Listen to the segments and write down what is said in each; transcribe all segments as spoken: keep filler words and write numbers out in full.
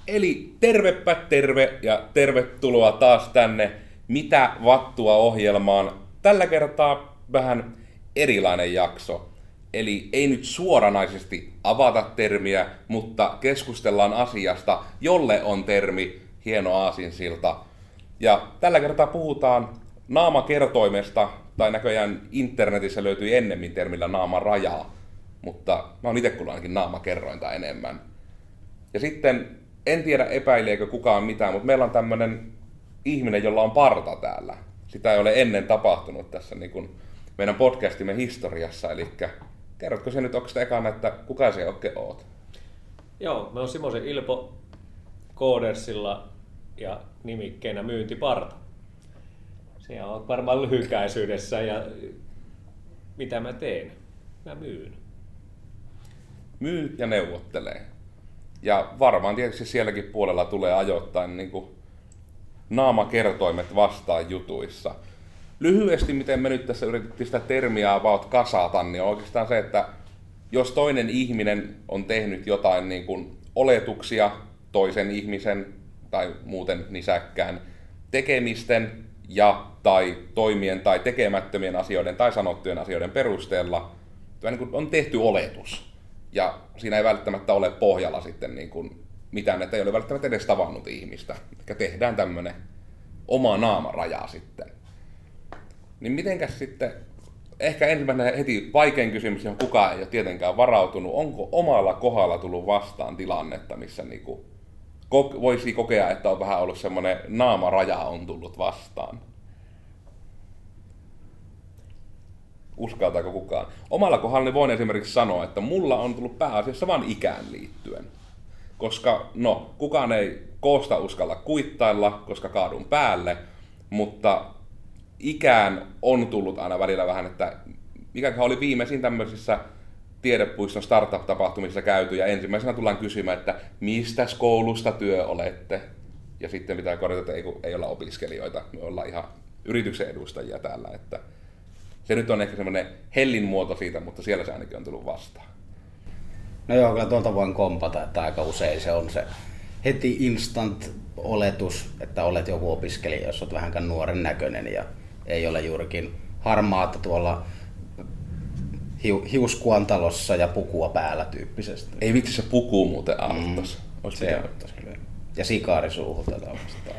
Eli tervepä terve ja tervetuloa taas tänne Mitä vattua ohjelmaan. Tällä kertaa vähän erilainen jakso. Eli ei nyt suoranaisesti avata termiä, mutta keskustellaan asiasta, jolle on termi hieno aasinsilta. Ja tällä kertaa puhutaan naamakertoimesta, tai näköjään internetissä löytyi ennemmin termillä naamarajaa, mutta mä oon itse kuullut ainakin naamakerrointa enemmän. Ja sitten en tiedä epäileekö kukaan mitään, mutta meillä on tämmönen ihminen, jolla on parta täällä. Sitä ei ole ennen tapahtunut tässä niin kuin meidän podcastimme historiassa, eli kerrotko se nyt, onko sitä ekana, että kuka se oikein oot? Joo, mä oon Simosen Ilpo Koodersilla ja nimikkeenä Myyntiparta. Se on varmaan lyhykäisyydessä ja mitä mä teen? Mä myyn. Myy ja neuvottelee. Ja varmaan tietysti sielläkin puolella tulee ajoittain niin kuin naamakertoimet vastaan jutuissa. Lyhyesti, miten me nyt tässä yritettiin sitä termiä about kasata, niin on oikeastaan se, että jos toinen ihminen on tehnyt jotain niin kuin oletuksia toisen ihmisen tai muuten nisäkkään tekemisten ja tai toimien tai tekemättömien asioiden tai sanottujen asioiden perusteella niin kuin on tehty oletus. Ja siinä ei välttämättä ole pohjalla sitten niin kuin mitään, että ei ole välttämättä edes tavannut ihmistä. Eli tehdään tämmöinen oma naamaraja sitten. Niin mitenkäs sitten, ehkä ensimmäinen heti vaikein kysymys, johon kukaan ei ole tietenkään varautunut, onko omalla kohdalla tullut vastaan tilannetta, missä niinku voisi kokea, että on vähän ollut semmoinen naamaraja on tullut vastaan? Uskaltaako kukaan? Omalla kohdallani voin esimerkiksi sanoa, että mulla on tullut pääasiassa vain ikään liittyen. Koska, no, kukaan ei koosta uskalla kuittailla, koska kaadun päälle, mutta ikään on tullut aina välillä vähän, että mikäköhän oli viimeisin tämmöisissä tiedepuiston startup-tapahtumissa käyty, ja ensimmäisenä tullaan kysymään, että mistä koulusta työ olette? Ja sitten pitää korjata, että ei, ei olla opiskelijoita, me ollaan ihan yrityksen edustajia täällä, että se nyt on ehkä semmoinen hellin muoto siitä, mutta siellä se ainakin on tullut vastaan. No joo, kyllä tuolta voin kompata, että aika usein se on se heti instant oletus, että olet joku opiskelija, jos olet vähänkään nuoren näköinen ja ei ole juurikin harmaata tuolla hiuskuantalossa ja pukua päällä tyyppisesti. Ei vitsi, se puku muuten auttas. Mm, se auttas kyllä. Ja sikaarisuuhu tätä vastaan.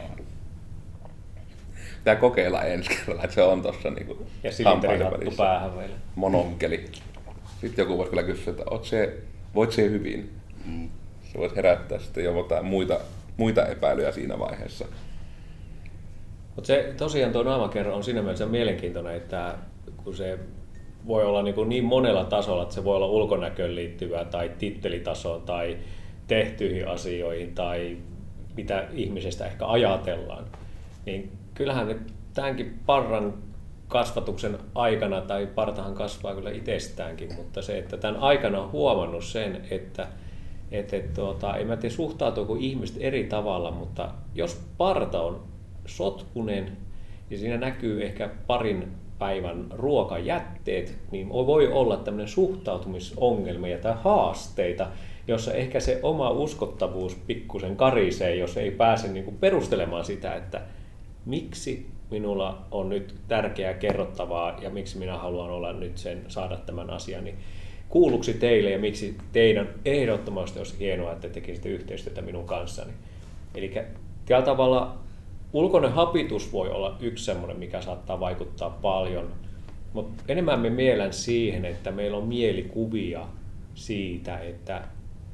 Tää kokeillaan ensi kerralla, että se on tossa niinku ja silinterihattu päähän vielä. Monokkeli. Sitten joku voisi kyllä kysyä, että oot se, voit se hyvin. Mm. Se voisi herättää sitten jo jotain muita, muita epäilyjä siinä vaiheessa. Mutta se tosiaan tuo naamakerro on siinä mielessä mielenkiintoinen, että kun se voi olla niin, niin monella tasolla, että se voi olla ulkonäköön liittyvää tai tittelitasoon tai tehtyihin asioihin tai mitä ihmisestä ehkä ajatellaan, niin kyllähän nyt tämänkin parran kasvatuksen aikana, tai partahan kasvaa kyllä itsestäänkin, mutta se, että tämän aikana on huomannut sen, että et, et, tuota, en mä tiedä suhtautuuko ihmiset eri tavalla, mutta jos parta on sotkunen ja siinä näkyy ehkä parin päivän ruokajätteet, niin voi olla tämmöinen suhtautumisongelmia tai haasteita, jossa ehkä se oma uskottavuus pikkusen karisee, jos ei pääse niin kuin perustelemaan sitä, että miksi minulla on nyt tärkeää kerrottavaa ja miksi minä haluan olla nyt sen, saada tämän asian niin kuulluksi teille ja miksi teidän ehdottomasti olisi hienoa, että tekisitte yhteistyötä minun kanssani. Eli tällä tavalla ulkoinen hapitus voi olla yksi semmoinen, mikä saattaa vaikuttaa paljon, mutta enemmän me mielen siihen, että meillä on mielikuvia siitä, että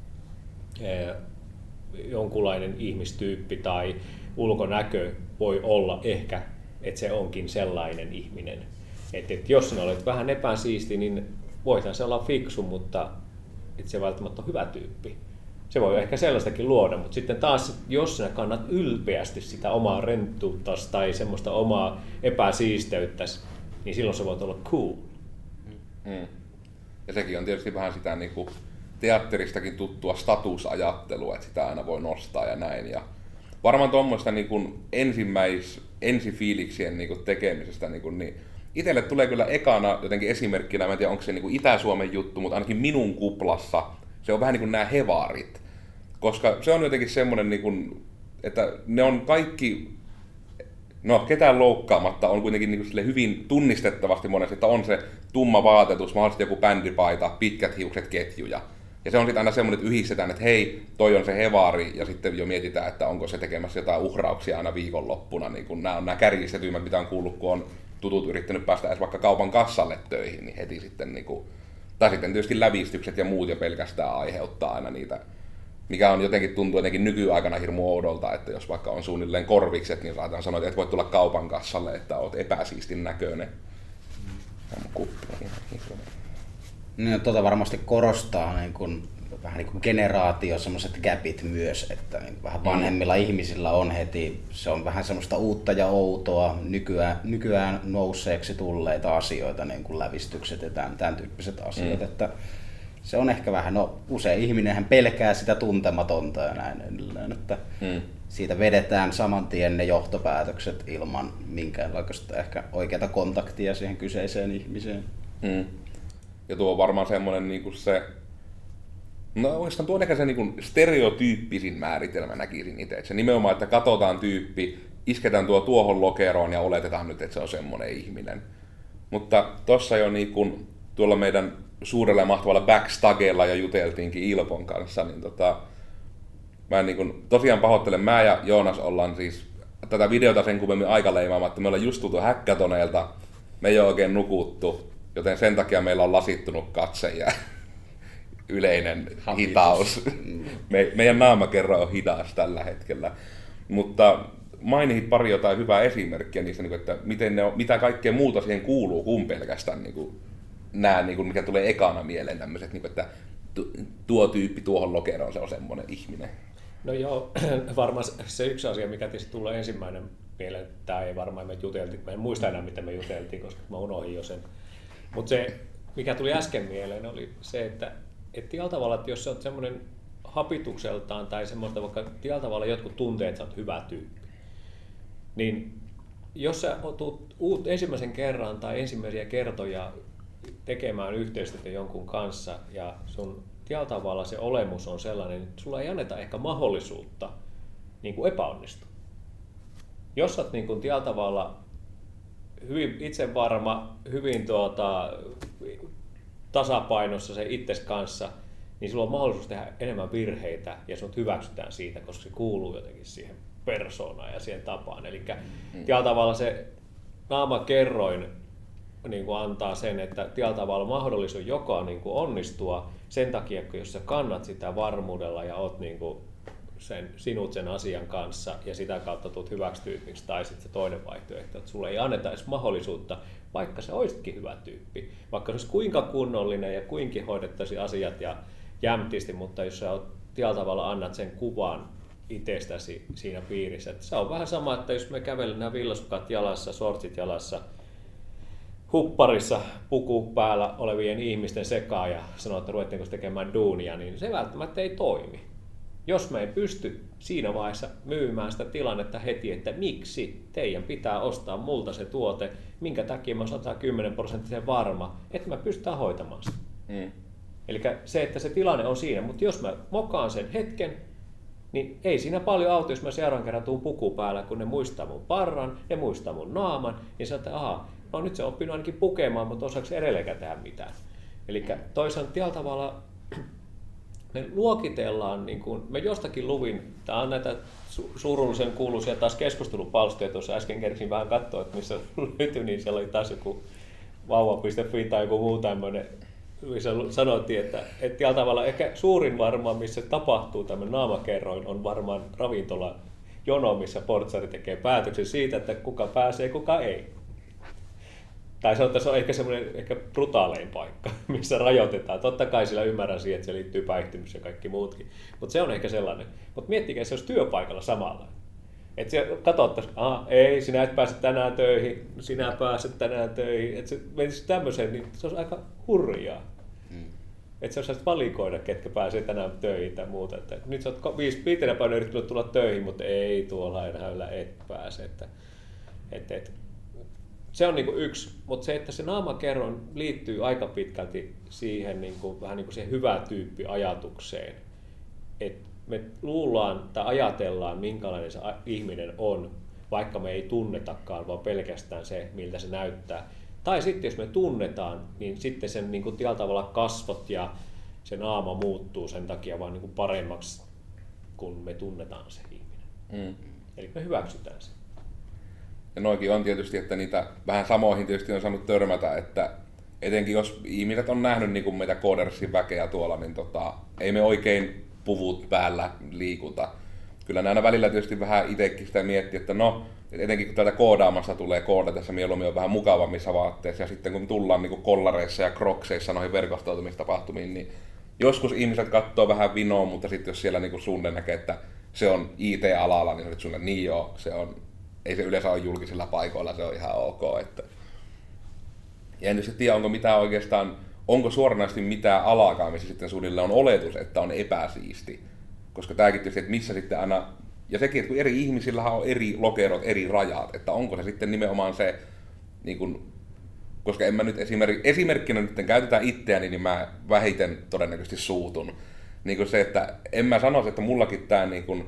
jonkunlainen ihmistyyppi tai ulkonäkö voi olla ehkä, että se onkin sellainen ihminen. Että et jos sinä olet vähän epäsiisti, niin voihan se olla fiksu, mutta et se välttämättä ole hyvä tyyppi. Se voi ehkä sellaistakin luoda, mutta sitten taas, jos sinä kannat ylpeästi sitä omaa renttuuttasi tai semmoista omaa epäsiisteyttäsi, niin silloin se voi olla cool. Mm. Ja sekin on tietysti vähän sitä niin kuin teatteristakin tuttua statusajattelua, että sitä aina voi nostaa ja näin. Ja varmaan tuommoista niin kuin ensimmäis, ensifiiliksien niin kuin tekemisestä, niin, kuin, niin itselle tulee kyllä ekana jotenkin esimerkkinä, mä en tiedä onko se niin kuin Itä-Suomen juttu, mutta ainakin minun kuplassa se on vähän niin kuin nämä hevarit. Koska se on jotenkin semmoinen, niin kuin, että ne on kaikki, no ketään loukkaamatta, on kuitenkin niin kuin hyvin tunnistettavasti monesti, että on se tumma vaatetus, mahdollisesti joku bändipaita, pitkät hiukset, ketjuja. Ja se on sitten aina semmoinen, että yhdistetään, että hei, toi on se hevari, ja sitten jo mietitään, että onko se tekemässä jotain uhrauksia aina viikonloppuna. Niin kun nämä on nämä kärjistetyimmät, mitä on kuullut, kun on tutut yrittänyt päästä edes vaikka kaupan kassalle töihin, niin heti sitten, niin kuin, tai sitten tietysti lävistykset ja muut jo pelkästään aiheuttaa aina niitä, mikä on jotenkin tuntuu jotenkin nykyaikana hirmu oudolta, että jos vaikka on suunnilleen korvikset, niin saatan sanoa, että et voi tulla kaupan kassalle, että oot epäsiistin näköinen. Tämä kuppi on ihan hirveä. No, tuota varmasti korostaa niin kuin, vähän niin kuin generaatio, semmoiset gapit myös, että niin vähän vanhemmilla mm. ihmisillä on heti, se on vähän semmoista uutta ja outoa, nykyään, nykyään nousseeksi tulleita asioita, niin kuin lävistykset ja tämän, tämän tyyppiset asiat, mm. että se on ehkä vähän, no usein ihminenhän pelkää sitä tuntematonta ja näin edelleen, että mm. siitä vedetään saman tien ne johtopäätökset ilman minkäänlaista ehkä oikeata kontaktia siihen kyseiseen ihmiseen. Mm. Ja tuo on varmaan semmoinen niin se, no oikeastaan tuo on ehkä se niin stereotyyppisin määritelmä näkisin itse. Että se nimenomaan, että katsotaan tyyppi, isketään tuo tuohon lokeroon ja oletetaan nyt, että se on semmoinen ihminen. Mutta tossa jo niin kuin tuolla meidän suurella ja mahtavalla backstagella jo juteltiinkin Ilpon kanssa, niin tota, mä niin kuin, tosiaan pahoittelen, mä ja Joonas ollaan siis tätä videota sen kummemmin aikaleimaamaan, me ollaan just tultu Hackathoneilta, me ei ole oikein nukuttu, joten sen takia meillä on lasittunut katse ja yleinen Hapitus. hitaus. Me, meidän naamakerro on hidas tällä hetkellä. Mutta mainitsit pari jotain hyvää esimerkkiä niistä, että miten ne on, mitä kaikkea muuta siihen kuuluu kuin pelkästään niin kuin, nämä, niin kuin, mikä tulee ekana mieleen tämmöiset, niin kuin, että tuo tyyppi tuohon lokeroon, se on semmoinen ihminen. No joo, varmaan se yksi asia, mikä tietysti tulee ensimmäinen mieleen, tämä ei varmaan me juteltiin, mä en muista enää mitä me juteltiin, koska mä unohdin jo sen. Mutta se, mikä tuli äsken mieleen, oli se, että et tietyllä tavalla, että jos sä oot semmoinen hapitukseltaan tai semmoista vaikka tietyllä tavalla jotkut tuntee, että sä oot hyvä tyyppi, niin jos sä tuut uut ensimmäisen kerran tai ensimmäisiä kertoja tekemään yhteistyötä jonkun kanssa ja sun tietyllä tavalla se olemus on sellainen, että sulla ei anneta ehkä mahdollisuutta niin kuin epäonnistua. Jos sä oot niin kuin tietyllä tavalla hyvin itsevarma, hyvin tuota, tasapainossa se itses kanssa, niin sulla on mahdollisuus tehdä enemmän virheitä ja sinut hyväksytään siitä, koska se kuuluu jotenkin siihen persoonaan ja siihen tapaan. Eli mm. tietyllä tavalla se naamakerroin niin kuin antaa sen, että tietyllä tavalla mahdollisuus joka niin kuin onnistua sen takia, kun jos sä kannat sitä varmuudella ja oot niin kuin sen, sinut sen asian kanssa ja sitä kautta tulet hyväksi tyypiksi, tai sitten se toinen vaihtoehto, että sulle ei anneta edes mahdollisuutta, vaikka sä olisitkin hyvä tyyppi, vaikka se olisi kuinka kunnollinen ja kuinkin hoidettaisiin asiat ja jämptisti, mutta jos sä tietyllä tavalla annat sen kuvan itsestäsi siinä piirissä, että se on vähän sama, että jos me kävelen nämä villasukat jalassa, shortsit jalassa, hupparissa puku päällä olevien ihmisten sekaan ja sanoo, että ruvettiinko tekemään duunia, niin se välttämättä ei toimi. Jos me ei pysty siinä vaiheessa myymään sitä tilannetta heti, että miksi teidän pitää ostaa multa se tuote, minkä takia mä sata kymmenen prosenttisen varma, että mä pystytään hoitamaan sen. Mm. Eli se, että se tilanne on siinä, mutta jos mä mokaan sen hetken, niin ei siinä paljon auta, jos mä seuraavan kerran tuun puku päällä, kun ne muistaa mun parran, ne muistaa mun naaman, niin sanotaan, että aha, no nyt se on oppinut ainakin pukemaan, mutta osaako edelleenkään tehdä mitään. Eli toisaalta tällä tavalla me luokitellaan, niin kuin me jostakin luvin, tämä on näitä surullisen kuuluisia taas keskustelupalstoja, tuossa äsken kersin vähän katsoa, että missä löytyi, niin siellä oli taas joku vauva piste fi tai joku muu tämmöinen, missä sanottiin, että, että tällä tavalla ehkä suurin varmaan, missä tapahtuu tämmöinen naamakerroin, on varmaan ravintola jono, missä portsari tekee päätöksen siitä, että kuka pääsee, kuka ei. Tai se on, se on ehkä semmoinen ehkä brutaalein paikka, missä rajoitetaan. Totta kai sillä ymmärrän siihen, että se liittyy päihtymys ja kaikki muutkin. Mutta se on ehkä sellainen. Mutta miettikää, se olisi työpaikalla samalla. Että se katsottaisiin, aha, ei, sinä et pääse tänään töihin, sinä pääset tänään töihin. Että se menisi tämmöiseen, niin se olisi aika hurjaa. Mm. Että se osaisi valikoida, ketkä pääsee tänään töihin tai muuta. Että nyt sä oot viisi, viitenä päivänä yrittänyt tulla töihin, mutta ei tuolla enää et pääse. Että, et, et. Se on niinku yksi, mutta se, että se naamakerroin liittyy aika pitkälti siihen, niinku, vähän niin kuin siihen hyvä tyyppi ajatukseen. Et me luullaan tai ajatellaan, minkälainen se ihminen on, vaikka me ei tunnetakaan, vaan pelkästään se, miltä se näyttää. Tai sitten jos me tunnetaan, niin sitten sen niin kuin tällä tavalla kasvot ja se naama muuttuu sen takia vaan niin kuin paremmaksi, kun me tunnetaan se ihminen. Mm. Eli me hyväksytään se. Ja noikin on tietysti, että niitä vähän samoihin tietysti on saanut törmätä, että etenkin jos ihmiset on nähnyt niin kuin meitä Codersin väkeä tuolla, niin tota, ei me oikein puvut päällä liikuta. Kyllä näinä välillä tietysti vähän itsekin sitä miettii, että no, etenkin kun täältä koodaamassa tulee koodatessa mieluummin on vähän mukavammissa vaatteissa, ja sitten kun tullaan niin kuin kollareissa ja krokseissa noihin verkostoitumistapahtumiin, niin joskus ihmiset katsoo vähän vinoa, mutta sitten jos siellä niin kuin sunne näkee, että se on I T-alalla, niin se on sulle niin joo, se on, ei se yleensä ole julkisilla paikoilla, se on ihan ok. Että. Ja en nyt tiedä, onko mitään oikeastaan, onko suoranaisesti mitään alaakaan, missä sitten suunnilleen on oletus, että on epäsiisti. Koska tämäkin tietysti, että missä sitten aina, ja sekin, että kun eri ihmisillä on eri lokerot, eri rajat, että onko se sitten nimenomaan se, niin kun, koska en mä nyt esimerk, esimerkkinä nyt käytetään itseäni, niin mä vähiten todennäköisesti suutun. Niin kuin se, että en mä sanoisi, että mullakin tämä niin kuin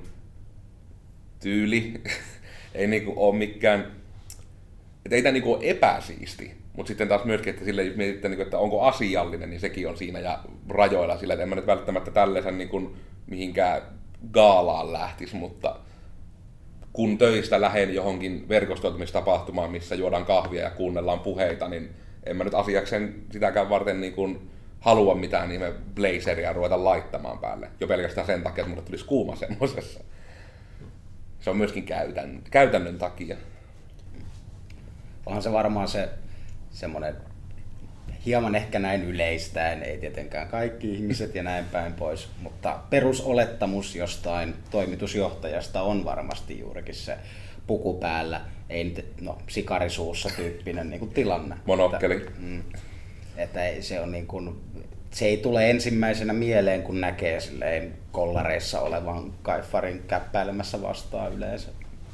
tyyli ei niin kuin ole mikään, että ei tämä niin kuin ole epäsiisti, mutta sitten taas myöskin, että sille mietitään, että onko asiallinen, niin sekin on siinä ja rajoilla sillä, että en mä nyt välttämättä tällaisen niin kuin mihinkään gaalaan lähtisi, mutta kun töistä lähden johonkin verkostoitumistapahtumaan, missä juodaan kahvia ja kuunnellaan puheita, niin en mä nyt asiakseen sitäkään varten niin kuin halua mitään nimen blazeria ruveta laittamaan päälle. Jo pelkästään sen takia, että mulle tulisi kuuma semmosessa. Se on myöskin käytännön, käytännön takia. Onhan se varmaan se semmoinen hieman ehkä näin yleistäen, ei tietenkään kaikki ihmiset ja näin päin pois, mutta perusolettamus jostain toimitusjohtajasta on varmasti juurikin se puku päällä, ei nyt, no, sikarisuussa tyyppinen niin kuin tilanne. Monokkeli. Että, mm, että ei, se, on niin kuin, se ei tule ensimmäisenä mieleen, kun näkee silleen kollareissa olevan kaifarin käppäilemässä vastaan yleensä.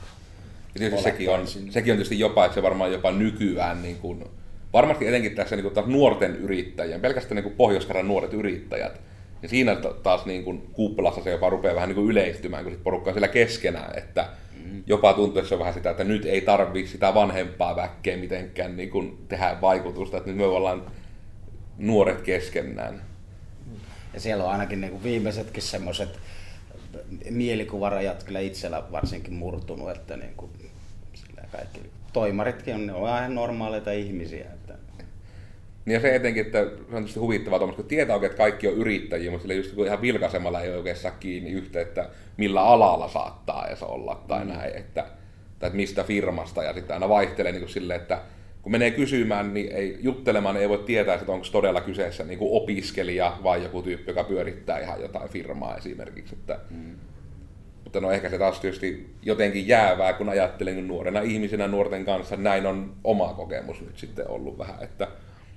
Ja sekin on, sekin on tietysti jopa, että se varmaan jopa nykyään, niin kuin, varmasti etenkin tässä niin kuin taas nuorten yrittäjien, pelkästään niin kuin Pohjois-Karjalan nuoret yrittäjät, niin siinä taas niin kuin kuppilassa se jopa rupeaa vähän niin kuin yleistymään, kun sit porukka on siellä keskenään, että mm. jopa tuntuu, että se on vähän sitä, että nyt ei tarvitse sitä vanhempaa väkkeä mitenkään niin kuin tehdä vaikutusta, että nyt me ollaan nuoret keskenään. Ja siellä on ainakin niin kuin viimeisetkin semmoiset mielikuvarajat kyllä itsellä varsinkin murtunut, että niin kuin, kaikki toimaritkin on, ne on ihan normaaleita ihmisiä. Että. Niin ja se etenkin, että se on tietysti huvittavaa, kun tietää oikein, että kaikki on yrittäjiä, mutta just ihan vilkaisemalla ei oikein saa kiinni yhtä, että millä alalla saattaa edes olla tai mm. näin, että, tai että mistä firmasta, ja sitten aina vaihtelee niin kuin silleen, että kun menee kysymään, niin ei, juttelemaan niin ei voi tietää, että onko todella kyseessä niin kuin opiskelija vai joku tyyppi, joka pyörittää ihan jotain firmaa esimerkiksi. Että, mm. Mutta no ehkä se taas tietysti jotenkin jäävää, kun ajattelen nuorena ihmisenä nuorten kanssa, näin on oma kokemus nyt sitten ollut vähän, että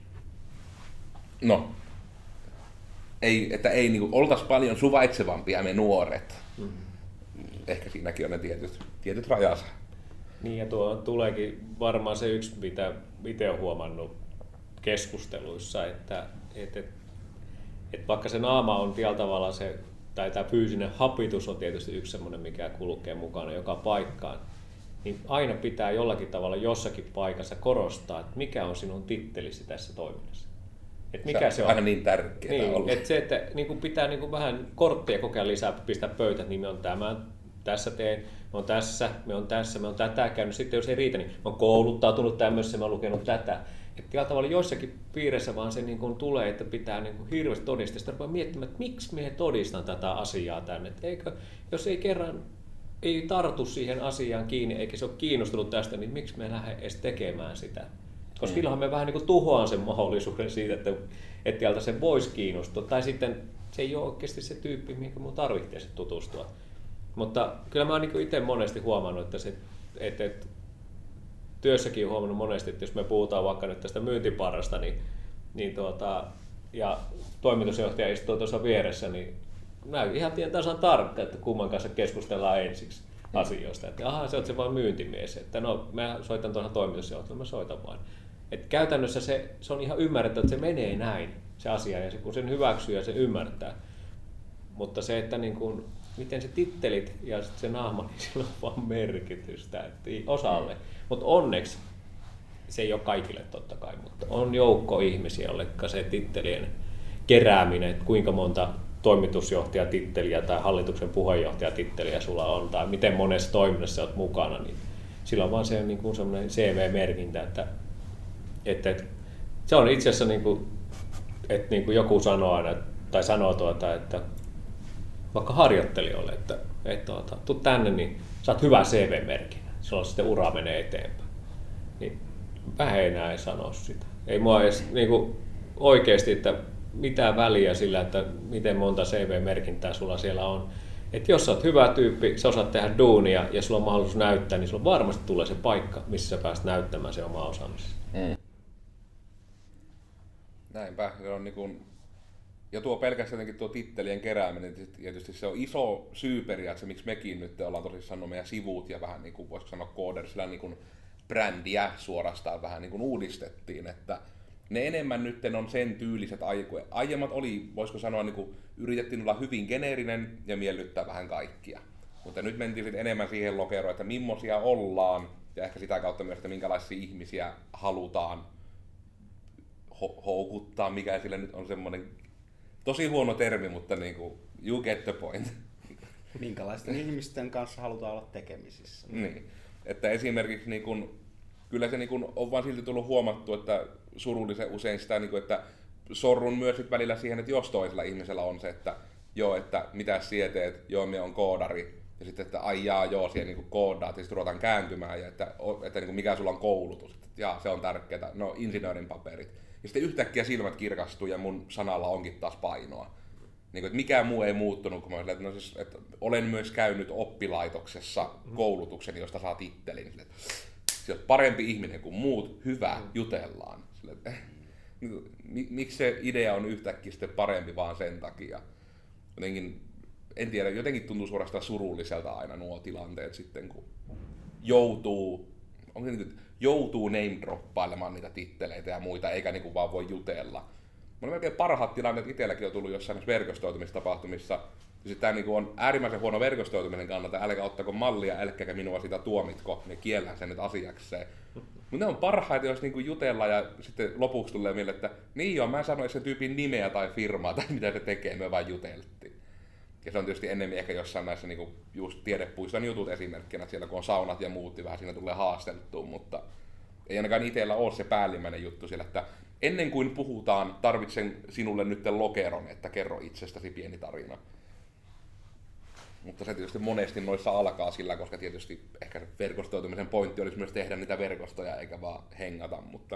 no, ei, että ei niin kuin, oltaisi paljon suvaitsevampia me nuoret. Mm. Ehkä siinäkin on ne tietyt, tietyt rajansa. Niin ja tuo tuleekin varmaan se yksi, mitä itse olen huomannut keskusteluissa, että, että, että vaikka se naama on tällä tavalla se, tai tämä fyysinen hapitus on tietysti yksi semmoinen, mikä kulkee mukana joka paikkaan, niin aina pitää jollakin tavalla jossakin paikassa korostaa, että mikä on sinun tittelisi tässä toiminnassa. Että mikä se, se on aina niin tärkeää niin, ollut. että se, että niin kuin pitää niin kuin vähän kortteja kokea lisää, pistää pöytät, niin me on tämä, tässä teen, me on tässä, me on tässä, me on tätä käynyt. Sitten jos ei riitä, niin mä oon kouluttautunut tämmöisessä, mä oon lukenut tätä. Että tällä tavalla joissakin piirissä vaan se niin kuin tulee, että pitää niin kuin hirveästi todistaa. Sitten rupeaa miettimään, että miksi me todistan tätä asiaa tänne. Että eikö, jos ei kerran ei tartu siihen asiaan kiinni, eikä se ole kiinnostunut tästä, niin miksi me lähde edes tekemään sitä? Koska silloinhan me vähän niin kuin tuhoaan sen mahdollisuuden siitä, että, että täältä se voisi kiinnostua. Tai sitten se ei ole oikeasti se tyyppi, mihin minun tarvitsee tutustua. Mutta kyllä mä oon niin itse monesti huomannut, että, se, että, että työssäkin olen huomannut monesti, että jos me puhutaan vaikka nyt tästä myyntiparrasta, niin, niin tuota, ja toimitusjohtaja istuu tuossa vieressä, niin mä ihan tiedän tasan tarkkaan, että kumman kanssa keskustellaan ensiksi asioista. Että aha, se on se vain myyntimies, että no mä soitan tuohon toimitusjohtajalle, mä soitan vaan. Että käytännössä se, se on ihan ymmärrettävä, että se menee näin, se asia, ja se, kun sen hyväksyy ja se ymmärtää. Mutta se, että niin kun miten se tittelit ja sit se naama, niin sillä on vaan merkitystä että osalle. Mutta onneksi se ei ole kaikille totta kai, mutta on joukko ihmisiä, joille se tittelien kerääminen, että kuinka monta toimitusjohtajatitteliä tai hallituksen puheenjohtajatitteliä sulla on, tai miten monessa toiminnassa olet mukana, niin sillä on vaan se niin kuin semmoinen C V-merkintä, että, että, että se on itse asiassa, niin kuin, että niin kuin joku sanoo aina, tai sanoo tuota, että vaikka harjoittelijoille, että, että tuota, tuu tänne, niin saat hyvää C V-merkinnän, silloin sitten ura menee eteenpäin. Niin mä ei enää sano sitä. Ei mua edes niin kuin oikeasti, että mitään väliä sillä, että miten monta C V-merkintää sulla siellä on. Että jos sä oot hyvä tyyppi, sä osaat tehdä duunia ja sulla on mahdollisuus näyttää, niin sulla varmasti tulee se paikka, missä sä pääset näyttämään se oma osaamisen. Mm. Näinpä. Se on niin kuin, ja tuo pelkästään tuo tittelien kerääminen, tietysti se on iso syy periaatteessa, miksi mekin nyt ollaan tosissaan meidän sivut ja vähän niin kuin voisiko sanoa Codersilla niin kuin brändiä suorastaan vähän niin kuin uudistettiin, että ne enemmän nyt on sen tyyliset aiemmat. Aiemmat oli, voisiko sanoa, niin kuin yritettiin olla hyvin geneerinen ja miellyttää vähän kaikkia. Mutta nyt mentiin sitten enemmän siihen lokeroon, että millaisia ollaan ja ehkä sitä kautta myös, että minkälaisia ihmisiä halutaan ho- houkuttaa, mikä sille nyt on semmoinen tosi huono termi, mutta niin kuin, you get the point. Minkälaisten ihmisten kanssa halutaan olla tekemisissä. Niin. Että esimerkiksi niin kun, kyllä se niin kun on vaan silti tullut huomattu, että surullisen usein sitä, niin kun, että sorrun myös sit välillä siihen, että jos toisella ihmisellä on se, että joo, että mitä sinä teet, joo, minä on koodari, ja sitten, että ai jaa, joo, siellä niin koodaat, ja sitten ruvetaan kääntymään, ja että, että niin kun, mikä sulla on koulutus, että jaa, se on tärkeää, no insinöörin paperit. Ja sitten yhtäkkiä silmät kirkastuu, ja mun sanalla onkin taas painoa. Niin kuin, että mikään muu ei muuttunut, kun mä olin, että, no siis, että olen myös käynyt oppilaitoksessa koulutuksen, josta saa tittelin. Sille, että sä oot parempi ihminen kuin muut, hyvä, jutellaan. Sille, että, miksi se idea on yhtäkkiä sitten parempi vaan sen takia? Jotenkin, en tiedä, jotenkin tuntuu suorastaan surulliselta aina nuo tilanteet sitten, kun joutuu, onko se niin, joutuu name-droppailemaan niitä titteleitä ja muita, eikä niin kuin vaan voi jutella. Mulla melkein parhaat tilanteet itselläkin on tullut jossain verkostoitumistapahtumissa. Ja sitten tämä niinku on äärimmäisen huono verkostoituminen kannalta. Älkää ottako mallia, älkääkä minua sitä tuomitko. Ne kiellään sen nyt asiakseen. Mutta ne on parhaita, jos niinku jutellaan ja sitten lopuksi tulee mieleen, että niin joo, mä sanoin sen tyypin nimeä tai firmaa tai mitä se tekee, me vaan juteltiin. Ja se on tietysti enemmän ehkä jossain näissä niinku just tiedepuiston jutut esimerkkinä, siellä kun on saunat ja muut, niin vähän siinä tulee haasteltua, mutta ei ainakaan itsellä ole se päällimmäinen juttu siellä, että ennen kuin puhutaan, tarvitsen sinulle nyt lokeron, että kerro itsestäsi pieni tarina. Mutta se tietysti monesti noissa alkaa sillä, koska tietysti ehkä verkostoitumisen pointti olisi myös tehdä niitä verkostoja, eikä vaan hengata, mutta...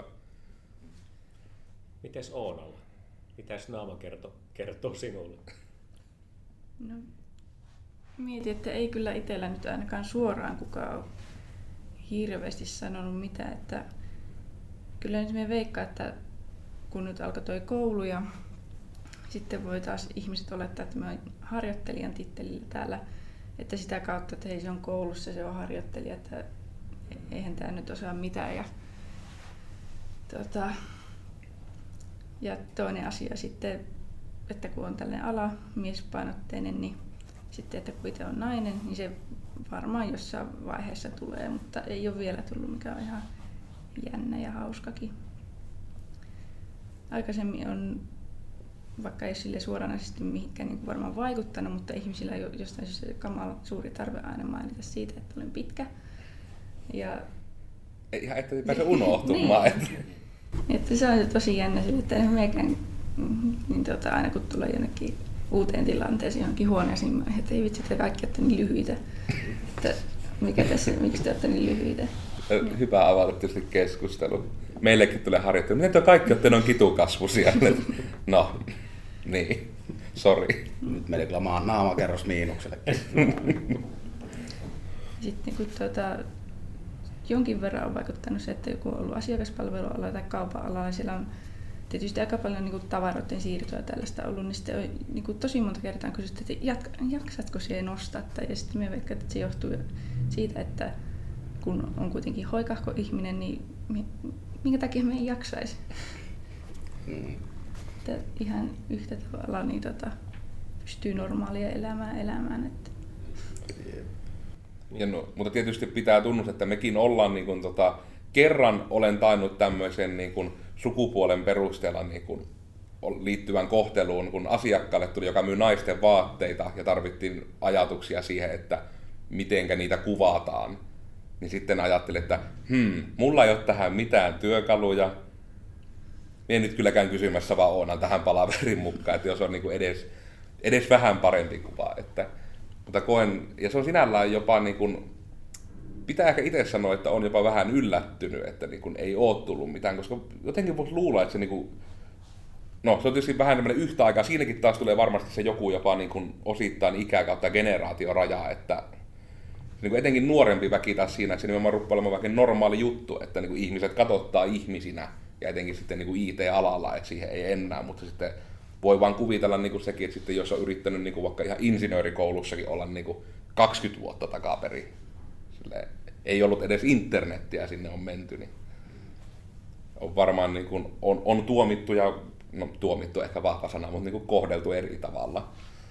Mites Oonalla? Mitäs naama kertoo, kertoo sinulle? No, mietin, että ei kyllä itsellä nyt ainakaan suoraan kukaan ole hirveästi sanonut mitään, että kyllä nyt me veikkaa, että kun nyt alkoi toi koulu ja sitten voi taas ihmiset olettaa, että mä oon harjoittelijan tittelillä täällä, että sitä kautta, että hei, se on koulussa, se on harjoittelija, että eihän tää nyt osaa mitään. Ja, tota, ja toinen asia sitten, että kun on tällainen alamiespainotteinen, niin sitten, että kun itse on nainen, niin se varmaan jossain vaiheessa tulee, mutta ei ole vielä tullut, mikä on ihan jännä ja hauskakin. Aikaisemmin on, vaikka ei sille suoranaisesti mihinkään niin varmaan vaikuttanut, mutta ihmisillä on jostain se kamala suuri tarve aina mainita siitä, että olen pitkä. Ja ihan ettei pääse unohtumaan. Niin. Että se on tosi jännä sille, että en meikään, niin tota, aina kun tulee jonnekin uuteen tilanteeseen, johonkin huoneeseen, niin että ei vitsi, että kaikki olette niin lyhyitä. Että mikä tässä, miksi te olette niin lyhyitä? Hyvä avata tietysti keskustelu. Meillekin tulee harjoittelu. Miten tuo kaikki olette noin kitukasvuisia? No, niin, sori. Nyt meni kyllä naamakerros miinukselle. Sitten kun tuota, jonkin verran on vaikuttanut se, että joku on ollut asiakaspalvelualalla tai kaupan alalla, siellä on tietysti aika paljon niin kuin tavaroiden siirtoa tällaista ollut, niin sitten on niin kuin tosi monta kertaa kysytty, että jatka, jaksatko siihen nostaa? Ja sitten me veikkaan, että se johtuu siitä, että kun on kuitenkin hoikahko ihminen, niin minkä takia me ei jaksaisi? Mm. Että ihan yhtä tavalla niin tota, pystyy normaalia elämää elämään. Että Ja no, mutta tietysti pitää tunnustaa, että mekin ollaan niin kuin, tota, kerran olen tainnut tämmöisen niin kuin, sukupuolen perusteella niin kuin, liittyvän kohteluun, kun asiakkaalle tuli, joka myy naisten vaatteita ja tarvittiin ajatuksia siihen, että mitenkä niitä kuvataan. Niin sitten ajattelin, että hmm, mulla ei ole tähän mitään työkaluja. Mie nyt kylläkään kysymässä vaan Oonan tähän palaverin mukaan, että jos on niin kuin edes, edes vähän parempi kuva. Että, mutta koen, ja se on sinällään jopa, niin kuin, pitää ehkä itse sanoa, että on jopa vähän yllättynyt, että niin kuin ei ole tullut mitään, koska jotenkin voisi luulla, että se niin kuin, no se on tietysti vähän tämmöinen yhtä aikaa, siinäkin taas tulee varmasti se joku jopa niin kuin osittain ikä kautta generaatioraja, että niin kuin etenkin nuorempi väki taas siinä, että se nimenomaan rupeaa olemaan vaikka normaali juttu, että niin kuin ihmiset katsottaa ihmisinä ja etenkin sitten niin kuin I T-alalla, että siihen ei enää, mutta sitten voi vaan kuvitella niin kuin sekin, että sitten jos on yrittänyt niin kuin vaikka ihan insinöörikoulussakin olla niin kuin kaksikymmentä vuotta takaperin, silleen, ei ollut edes internettiä sinne on menty, niin on varmaan niin kuin, on, on tuomittu ja no tuomittu ehkä vahva sana, mutta niin kuin kohdeltu eri tavalla.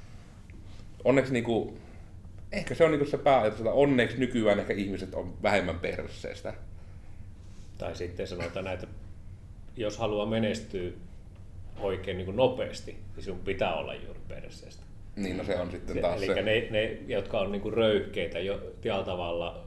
Onneksi niin kuin, ehkä se on niin kuin se pääajatus, että onneksi nykyään ehkä ihmiset on vähemmän perseestä. Tai sitten sanotaan näitä, jos haluaa menestyä oikein niin kuin nopeasti, niin sinun pitää olla juuri perseestä. Niin, no se on sitten taas Eli se. ne, ne, jotka on niin kuin röyhkeitä jo tällä tavalla,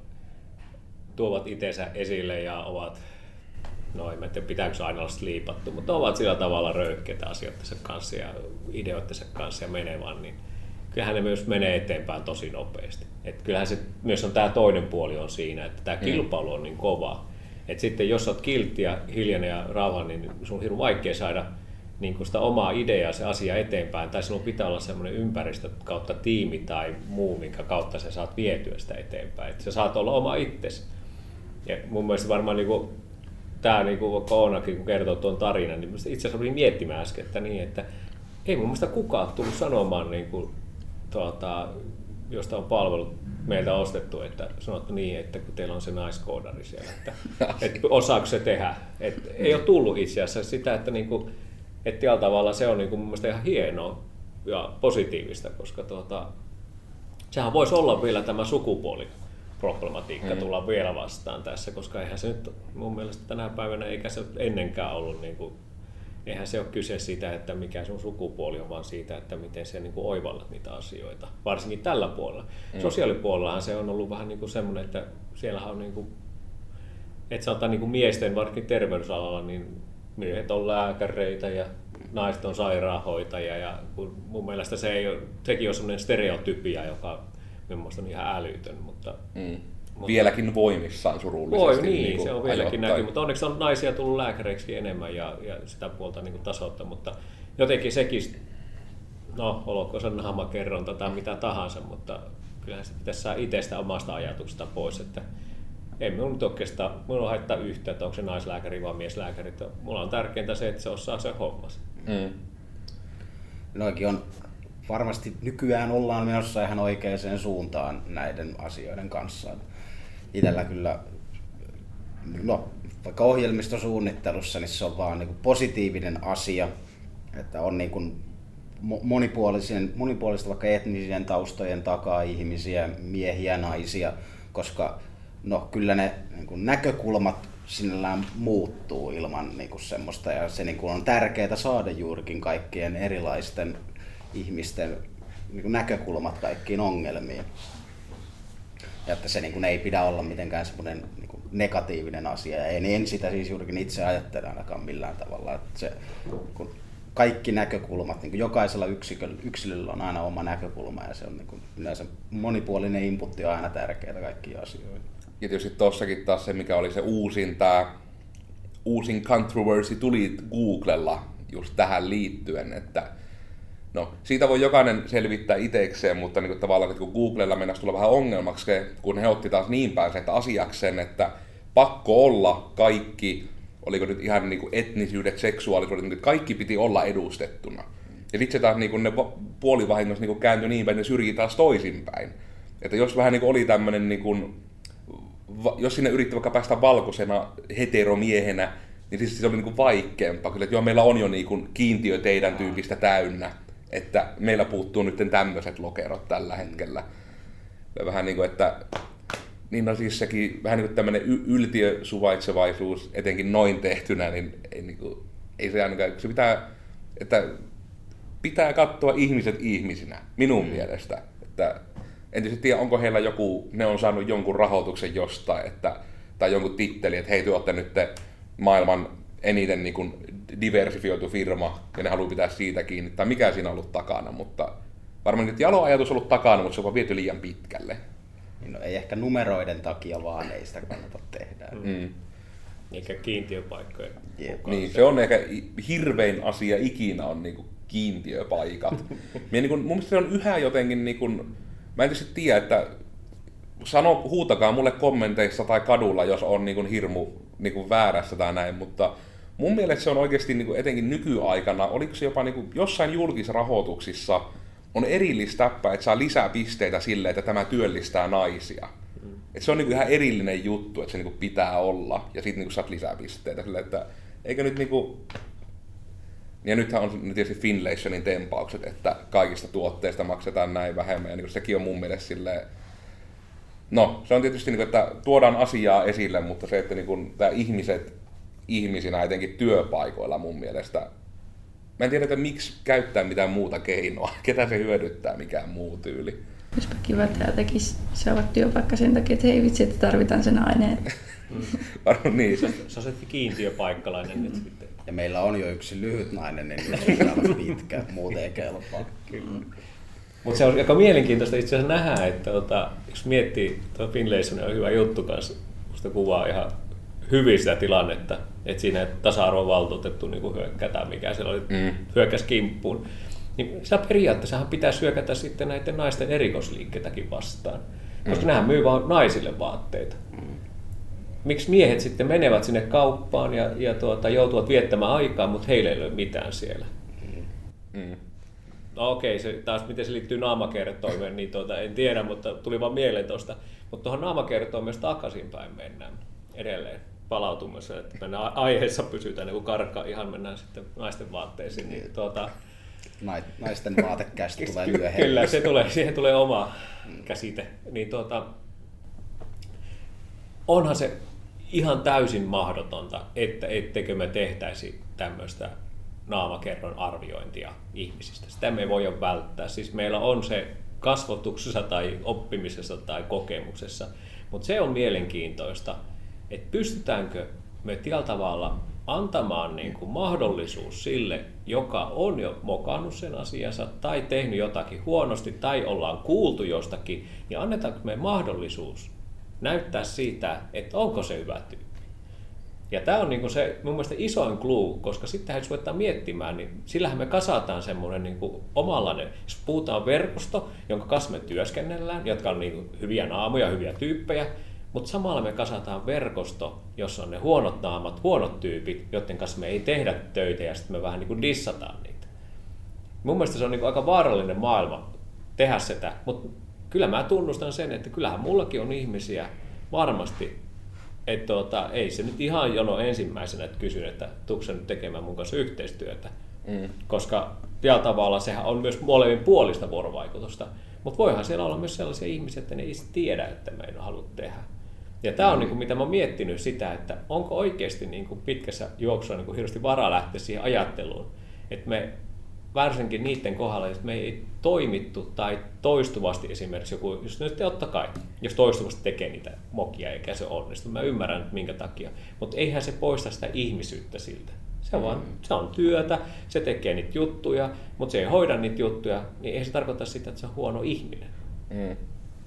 tuovat itsensä esille ja ovat, no en tiedä pitääkö se aina olla sliipattu, mutta ovat sillä tavalla röyhkeitä asioittensa kanssa ja ideoittensa kanssa ja menevän, niin kyllähän ne myös menee eteenpäin tosi nopeasti. Et kyllähän se myös on tämä toinen puoli on siinä, että tämä kilpailu on niin kova. Et sitten jos olet kiltti ja hiljainen ja rauhallinen, niin sun on hirveän vaikea saada niin sitä omaa ideaa, se asia eteenpäin, tai sinun pitää olla sellainen ympäristö kautta tiimi tai muu, minkä kautta sä saat vietyä sitä eteenpäin. Et sä saat olla oma itsesi. Ja mun mielestä varmaan niin kuin, tämä, niin kuin Oonakin kun kertoo tuon tarinan, niin itse asiassa olin miettimään äsken, että, niin, että ei mun mielestä kukaan tullut sanomaan, niin kuin, tuota, josta on palvelut meiltä ostettu, että sanottu niin, että kun teillä on se naiskoodari siellä, että, että osaako se tehdä. Että ei ole tullut itse asiassa sitä, että, niin kuin, että tällä tavalla se on niin kuin mun mielestä ihan hienoa ja positiivista, koska tuota, sehän voisi olla vielä tämä sukupuoliproblematiikka mm. tulla vielä vastaan tässä, koska eihän se nyt mun mielestä tänä päivänä eikä se ennenkään ollut, niin kuin, eihän se ole kyse siitä, että mikä sun sukupuoli on, vaan siitä, että miten se niin kuin oivallat niitä asioita, varsinkin tällä puolella. Mm. Sosiaalipuolellahan se on ollut vähän niin kuin semmoinen, että siellähän on, niin kuin, että sanotaan niin kuin miesten, varsinkin terveysalalla, niin miehet on lääkäreitä ja naiset on sairaanhoitajia, ja kun mun mielestä se ei ole, sekin on semmoinen stereotypia, joka mielestäni on ihan älytön, mutta, mm. mutta vieläkin voimissaan surullisesti. Voi, niin, niin se on vieläkin näkyy, mutta onneksi on naisia tullut lääkäreiksi enemmän ja, ja sitä puolta niin tasoutta, mutta jotenkin sekin, no olkoon se nahmakerronta tai mitä tahansa, mutta kyllähän se pitäisi saada itsestä omasta ajatuksesta pois, että ei minun nyt oikeastaan, minun on haittaa yhtä, että onko se naislääkäri vai mieslääkäri. Mulla on tärkeintä se, että se osaa sen hommas. Mm. Noikin on, varmasti nykyään ollaan menossa ihan oikeaan suuntaan näiden asioiden kanssa. Itellä kyllä, no vaikka ohjelmistosuunnittelussa, niin se on vaan niin kuin positiivinen asia, että on niin kuin monipuolisen, monipuolista vaikka etnisien taustojen takaa ihmisiä, miehiä, naisia, koska no kyllä ne niin kuin näkökulmat sinällään muuttuu ilman niin kuin semmoista, ja se niin kuin on tärkeää saada juurikin kaikkien erilaisten ihmisten niin kuin näkökulmat kaikkiin ongelmiin. Ja että se niin kuin ei pidä olla mitenkään semmoinen niin kuin negatiivinen asia, ja en, en sitä siis juurikin itse ajattele ainakaan millään tavalla. Että se, kun kaikki näkökulmat, niin kuin jokaisella yksilöllä on aina oma näkökulma, ja se on niin kuin yleensä monipuolinen inputti on aina tärkeää kaikkiin asioihin. Ja tietysti tossakin taas se, mikä oli se uusin, tää, uusin controversy tuli Googlella just tähän liittyen, että no, siitä voi jokainen selvittää itsekseen, mutta niin kuin tavallaan, että kun Googlella mennäisi tulla vähän ongelmaksi, kun he otti taas niin päin että asiakseen, että pakko olla kaikki, oliko nyt ihan niin kuin etnisyydet, seksuaalisuudet, niin kaikki piti olla edustettuna. Ja sitten se taas niin kuin ne puolivahingossa niin kuin kääntyi niin päin, että ne syrjii taas toisinpäin. Että jos vähän niin kuin oli tämmöinen, niin kuin, jos sinne yritti vaikka päästä valkoisena heteromiehenä, niin siis se oli niin kuin vaikeampaa. Kyllä, että joo, meillä on jo niin kuin kiintiö teidän tyypistä täynnä, että meillä puuttuu nyt tämmöiset lokerot tällä hetkellä. Ja vähän niin kuin, että Niin no siis sekin vähän niin kuin tämmöinen y- yltiösuvaitsevaisuus, etenkin noin tehtynä, niin ei, niin kuin, ei se ainakaan, se pitää, että pitää katsoa ihmiset ihmisinä, minun mm. mielestä. Että, en tietysti tiedä, onko heillä joku, ne on saanut jonkun rahoituksen jostain, että, tai jonkun titteli, että hei, te olette nyt maailman eniten niin kuin diversifioitu firma, ja ne haluaa pitää siitä kiinni, tai mikä siinä on ollut takana, mutta varmaan nyt jalo-ajatus on ollut takana, mutta se on vaan viety liian pitkälle. No ei ehkä numeroiden takia, vaan ei sitä kannata tehdä. Mm. Eikä kiintiöpaikkoja. Niin, se on ehkä hirvein asia ikinä on niinku kiintiöpaikat. Mie, niinku, mun mielestä se on yhä jotenkin, niinku, mä en tietysti tiedä, että sano, huutakaa mulle kommenteissa tai kadulla, jos on niinku hirmu niinku väärässä tai näin, mutta mun mielestä se on oikeasti niinku, etenkin nykyaikana, oliko se jopa niinku, jossain julkisrahoituksissa on erillistäppä, että saa lisää pisteitä sille, että tämä työllistää naisia. Mm. Et se on niinku ihan erillinen juttu, että se niinku pitää olla, ja sitten niinku saat lisää pisteitä sille, että eikö nyt niinku... Ja nythän on tietysti Finlaysonin tempaukset, että kaikista tuotteista maksetaan näin vähemmän, ja niinku sekin on mun mielestä silleen... No, se on tietysti, niinku, että tuodaan asiaa esille, mutta se, että niinku, tää ihmiset ihmisinä etenkin työpaikoilla mun mielestä... Mä en tiedä, että miksi käyttää mitään muuta keinoa. Ketä se hyödyttää, mikään muu tyyli. Olisipa kiva, että tää tekisi seuraavat työpaikka sen takia, että hei vitsi, että tarvitaan sen aineen. Mm. niin. Se, se on se kiintiöpaikkalainen nyt sitten. Ja meillä on jo yksi lyhyt nainen, niin nyt pitää olla pitkä, muuten ei kelpaa. Mm. Mutta se on aika mielenkiintoista itse asiassa nähdä, että ota, jos miettii, tuo Finlayson on hyvä juttu kanssa, musta kuvaa ihan hyvin sitä tilannetta, että siinä tasa-arvovaltuutettu niin hyökkätään, mikä siellä oli, mm. hyökkäsi kimppuun. Niin sitä periaatteessahan pitäisi hyökätä sitten näiden naisten erikoisliikkeitäkin vastaan, koska mm. nehän myy vaan naisille vaatteita. Mm. Miksi miehet sitten menevät sinne kauppaan ja, ja tuota, joutuvat viettämään aikaa, mutta heillä ei ole mitään siellä? Mm. No okei, se, taas miten se liittyy naamakertoimeen, niin tuota, en tiedä, mutta tuli vaan mieleen tuosta. Mutta tuohon naamakertoimeen takaisinpäin mennään edelleen palautumassa, että mennään aiheessa pysytään, kun karkkaa ihan mennään sitten naisten vaatteisiin. Niin, tuota, naisten vaatekästä tulee myöhemmin. Kyllä, se tulee, siihen tulee oma käsite. Niin, tuota, onhan se ihan täysin mahdotonta, että etteikö me tehtäisi tämmöistä naamakerron arviointia ihmisistä. Sitä me ei voi välttää. Siis meillä on se kasvatuksessa tai oppimisessa tai kokemuksessa, mutta se on mielenkiintoista, että pystytäänkö me tällä tavalla antamaan niin kuin mahdollisuus sille, joka on jo mokannut sen asiansa tai tehnyt jotakin huonosti tai ollaan kuultu jostakin, niin annetaanko me mahdollisuus näyttää siitä, että onko se hyvä tyyppi. Ja tämä on niinku se mun mielestä isoin clue, koska sittenhän jos ruvetaan miettimään, niin sillähän me kasataan semmoinen niinku omanlainen, jos puhutaan verkosto, jonka kanssa me työskennellään, jotka on niinku hyviä naamoja, hyviä tyyppejä, mutta samalla me kasataan verkosto, jossa on ne huonot naamat, huonot tyypit, joiden kanssa me ei tehdä töitä ja sitten me vähän niinku dissataan niitä. Mun mielestä se on niinku aika vaarallinen maailma tehdä sitä, mutta kyllä mä tunnustan sen, että kyllähän mullakin on ihmisiä varmasti, että tuota, ei se nyt ihan jono ensimmäisenä, että kysyn, että tuutko sä nyt tekemään mun kanssa yhteistyötä, mm. koska tällä tavalla sehän on myös molemmin puolista vuorovaikutusta, mutta voihan siellä olla myös sellaisia ihmisiä, että ne ei tiedä, että me ei halua tehdä. Ja tämä on mm. niin kuin, mitä mä oon miettinyt sitä, että onko oikeasti niin kuin pitkässä juoksussa niin kuin hirveästi varaa lähteä siihen ajatteluun, että me varsinkin niiden kohdalla, että me ei toimittu tai toistuvasti esimerkiksi joku, jos nyt totta kai, jos toistuvasti tekee niitä mokia eikä se onnistu, mä ymmärrän nyt minkä takia, mutta eihän se poista sitä ihmisyyttä siltä. Se, vaan, se on työtä, se tekee niitä juttuja, mutta se ei hoida niitä juttuja, niin ei se tarkoita sitä, että se on huono ihminen. Mm.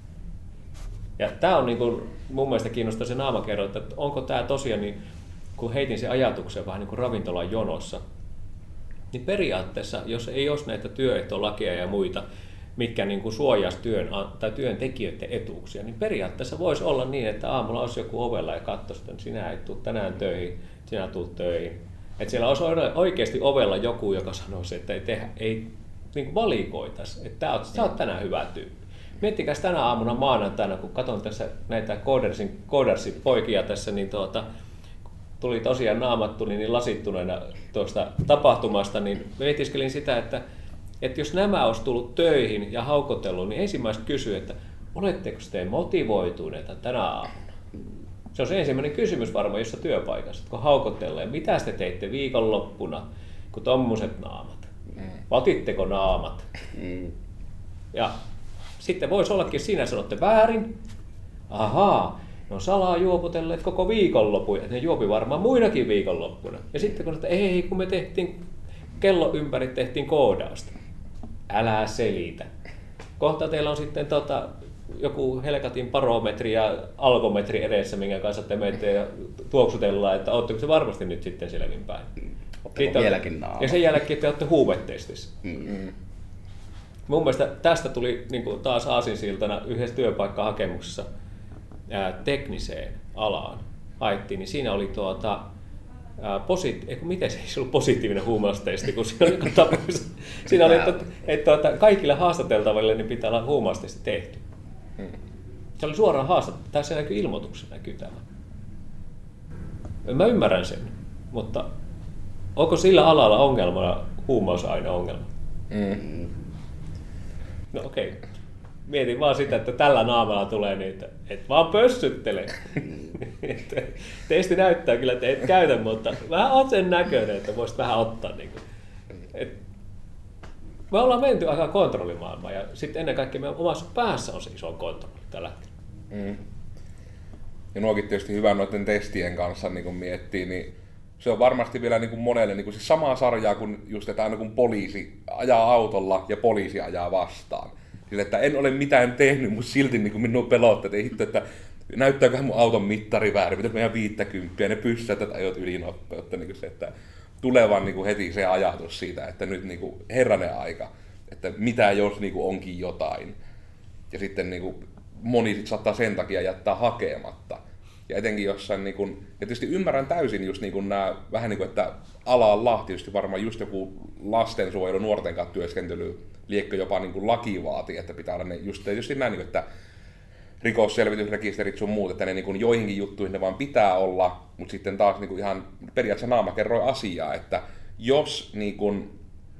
Ja tämä on niin kuin, mun mielestä kiinnostaa se naamakerro, että onko tämä tosiaan, niin, kun heitin sen ajatuksen vähän niin kuin ravintolan jonossa, niin periaatteessa, jos ei olisi näitä työehtolakia ja muita, mitkä niin kuin suojaisi työn, tai työntekijöiden etuuksia, niin periaatteessa voisi olla niin, että aamulla olisi joku ovella ja katsoisi, että sinä et tule tänään töihin, sinä tulet töihin. Että siellä olisi oikeasti ovella joku, joka sanoisi, että ei, tehdä, ei niin kuin valikoitaisi, että olet, sä olet tänään hyvä tyyppi. Miettikäs tänä aamuna maanantaina, kun katson tässä näitä koodersin, koodersin poikia tässä, niin tuota, tuli tosiaan naamat tuli niin lasittuneena tuosta tapahtumasta, niin mietiskelin sitä, että, että jos nämä olisi tullut töihin ja haukotellut, niin ensimmäiset kysyi, että oletteko te motivoituneita tänä aamuna? Se on se ensimmäinen kysymys varmaan jossa työpaikassa, kun haukotellaan, mitä te teitte viikonloppuna, kun tommoset naamat. Mm. Otitteko naamat? Mm. Ja sitten voisi ollakin siinä, sanotte väärin. Ahaa, ne on salaa juoputelleet koko viikonlopun, että ne juopi varmaan muinakin viikonloppuna. Ja sitten kun sanotaan, ei, kun me tehtiin kello ympäri, tehtiin koodausta. Älä selitä. Kohta teillä on sitten tota, joku helkatin parometri ja algometri edessä, minkä kanssa te menette ja tuoksutellaan, että ootteko se varmasti nyt sitten selvinpäin. Oletteko vieläkin naama? Ja sen jälkeen te olette huumetestissä. Mm. Mun mielestä tästä tuli niin kuin taas aasinsiltana yhdessä työpaikkahakemuksessa ää, tekniseen alaan haettiin, niin siinä oli tuota, ää, posit- Eiku, miten se ei ollut positiivinen huumaustesti, kun siinä oli, niin tapaus, siinä oli että, että, että kaikille haastateltaville niin pitää olla huumaustesti tehty. Hmm. Se oli suoraan haastattelu, tässä näkyy ilmoituksena näkyy tämä. Mä ymmärrän sen, mutta onko sillä alalla ongelmana huumausaineongelma? Mm. No okei. Okay. Mietin vaan sitä, että tällä naamalla tulee niitä, et vaan pössyttele. Testi näyttää kyllä, että et käytä, mutta vähän oot sen näköinen, että voisit vähän ottaa. Niin kuin. Et me ollaan menty aika kontrollimaailmaan ja sitten ennen kaikkea meidän omassa päässä on se iso kontrolli tällä hetkellä. Mm. Ja nuokin tietysti hyvä noiden testien kanssa niin kun miettii, niin se on varmasti vielä niin kuin monelle niin kuin siis samaa sarjaa kuin just, että aina kun poliisi ajaa autolla ja poliisi ajaa vastaan. Sillä, että en ole mitään tehnyt, mutta silti niin kuin minua pelottaa, että ei hitto, että näyttääköhän mun auton mittari väärin, pitäisi meidän viittäkymppiä, ne pyssät, että ajot ylinopeutta. Niin kuin se, että tulee vaan niin kuin heti se ajatus siitä, että nyt niin kuin herranen aika, että mitä jos niin kuin onkin jotain. Ja sitten niin kuin moni sit saattaa sen takia jättää hakematta. Ja etenkin jossain, niin kun, ja tietysti ymmärrän täysin just niin kun nämä, vähän niin kuin, että alalla tietysti varmaan just joku lastensuojelu, nuorten kanssa työskentely, liekkö jopa niin kuin laki vaatii, että pitää olla ne just tietysti näin, niin kuin, että rikosselvitysrekisterit sun muut, että ne niin kuin joihinkin juttuihin ne vaan pitää olla, mutta sitten taas niin kuin ihan periaatteessa naama kerroi asiaa, että jos niin kuin,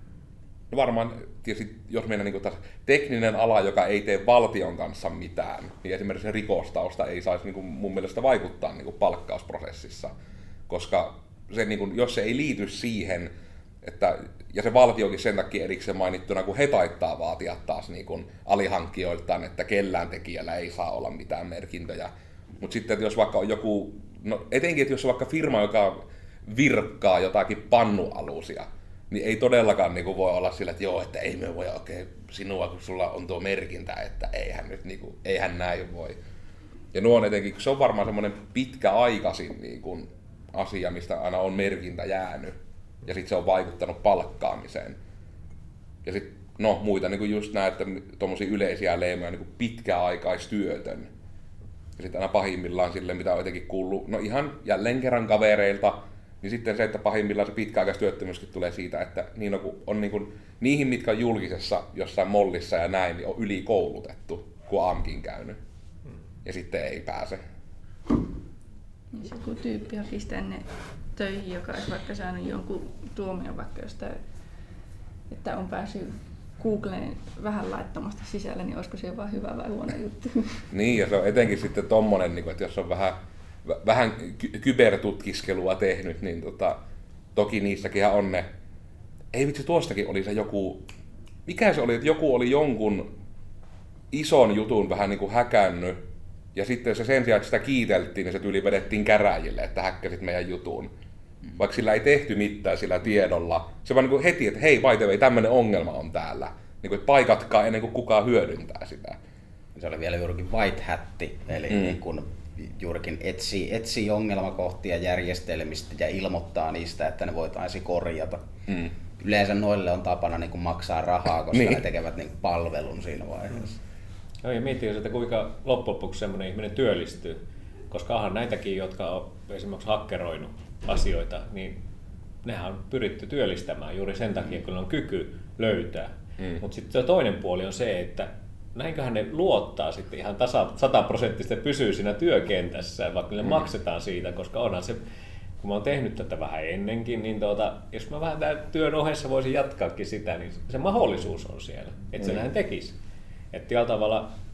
no varmaan tietysti jos meidän niin kuin taas tekninen ala, joka ei tee valtion kanssa mitään, niin esimerkiksi se rikostausta ei saisi niin kuin mun mielestä vaikuttaa niin kuin palkkausprosessissa, koska se, niin kuin, jos se ei liity siihen, että, ja se valtiokin sen takia erikseen mainittuna, kun he taittaa vaatia taas niin kuin alihankkijoiltaan, että kellään tekijällä ei saa olla mitään merkintöjä. Mutta sitten, että jos vaikka on joku, no etenkin, että jos on vaikka firma, joka virkkaa jotakin pannualusia, niin ei todellakaan niin kuin voi olla sillä, että joo, että ei me voi oikein sinua, kun sulla on tuo merkintä, että eihän nyt niin kuin, eihän näin voi. Ja nuo on etenkin, se on varmaan semmoinen pitkäaikaisin niin kuin asia, mistä aina on merkintä jäänyt. Ja sitten se on vaikuttanut palkkaamiseen. Ja sitten no muita niin kuin just näitä tommosia yleisiä leimoja, niin kuin pitkäaikaistyötön. Ja sitten aina pahimmillaan sille, mitä on jotenkin kuullut, no ihan jälleen kerran kavereilta, niin sitten se, että pahimmillaan se pitkäaikaistyöttömyyskin tulee siitä, että niin on, on niin kuin, niihin, mitkä on julkisessa jossain mollissa ja näin, niin on ylikoulutettu, kun A M K:n käynyt. Ja sitten ei pääse. Niin se kun tyyppi hakisi tänne töihin, joka olisi vaikka saanut jonkun tuomion vaikka jostain, että on päässyt Googleen vähän laittomasti sisällä, niin olisiko se vaan hyvä vai huono juttu? Niin, ja se on etenkin sitten tommonen, että jos on vähän, vähän kybertutkiskelua tehnyt, niin tota, toki niissäkin on ne, ei vitsi, tuostakin oli se joku, mikä se oli, että joku oli jonkun ison jutun vähän niin kuin häkännyt, ja sitten se sen sijaan, että sitä kiiteltiin, niin se tyyli vedettiin käräjille, että häkkäsit meidän jutun. Vaikka sillä ei tehty mitään sillä tiedolla. Se vaan niin kuin heti, että hei, by the way, tämmöinen ongelma on täällä. Niin kuin, että paikatkaa ennen kuin kukaan hyödyntää sitä. Se oli vielä juurikin white hatti, eli mm. niin kuin juurikin etsii, etsii ongelmakohtia järjestelmistä ja ilmoittaa niistä, että ne voitaisiin korjata. Mm. Yleensä noille on tapana niin kuin maksaa rahaa, koska niin. ne tekevät niin kuin palvelun siinä vaiheessa. Mm. No, ja miettii, että kuinka loppujen lopuksi semmoinen ihminen työllistyy, koska onhan näitäkin, jotka on esimerkiksi hakkeroinut asioita, niin nehän on pyritty työllistämään juuri sen takia, kun on kyky löytää. Mm. Mutta sitten toinen puoli on se, että näinköhän ne luottaa sitten ihan sataprosenttisesti pysyy siinä työkentässä, vaikka ne mm. maksetaan siitä, koska onhan se, kun mä oon tehnyt tätä vähän ennenkin, niin tuota, jos mä vähän tämän työn ohessa voisin jatkaakin sitä, niin se mahdollisuus on siellä, että se mm. näin tekisi. Että tällä tavalla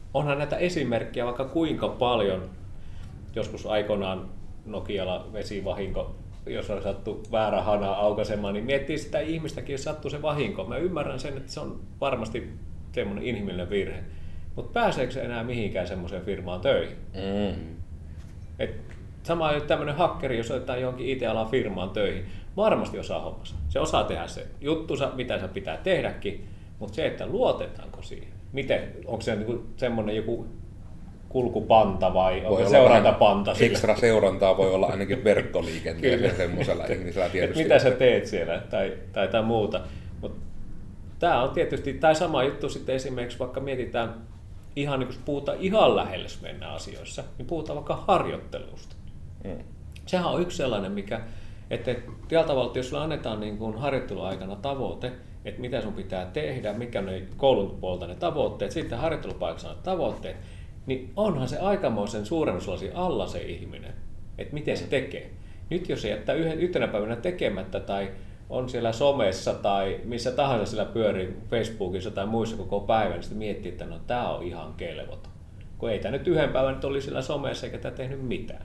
onhan näitä esimerkkejä vaikka kuinka paljon. Joskus aikoinaan Nokialla vesivahinko, jos on sattu väärä hana aukaisemaan, niin miettii sitä ihmistäkin, jos sattuu se vahinko. Mä ymmärrän sen, että se on varmasti semmoinen inhimillinen virhe. Mutta pääseekö se enää mihinkään semmoiseen firmaan töihin? Mm. Et sama on tämmöinen hakkeri, jos otetaan johonkin I T-alan firmaan töihin, varmasti osaa hommansa. Se osaa tehdä se juttunsa, mitä se pitää tehdäkin, mutta se, että luotetaanko siihen. Miten? Onko se niinku semmoinen joku kulkupanta vai voi onko seurantapanta? Ekstra seurantaa voi olla ainakin verkkoliikenteellä semmoisella ihmisellä tietysti. Mitä sä teet siellä tai, tai, tai muuta. Mut tää on tietysti, tai sama juttu sitten esimerkiksi, vaikka mietitään, ihan niin kun puhutaan ihan lähelle mennään asioissa, niin puhutaan vaikka harjoittelusta. Mm. Sehän on yksi sellainen, mikä, että tällä tavalla, jos sulla annetaan niin kuin harjoitteluaikana tavoite, että mitä sun pitää tehdä, mikä ne koulun puolta ne tavoitteet, sitten harjoittelupaikassa ne tavoitteet, niin onhan se aikamoisen suurennuslasi alla se ihminen, että miten se tekee. Nyt jos se jättää yhden, yhtenä päivänä tekemättä tai on siellä somessa tai missä tahansa sillä pyörii Facebookissa tai muissa koko päivän, niin sitten miettii, että no tää on ihan kelvoton. Kun ei tää nyt yhden päivän nyt oli sillä somessa eikä tää tehnyt mitään.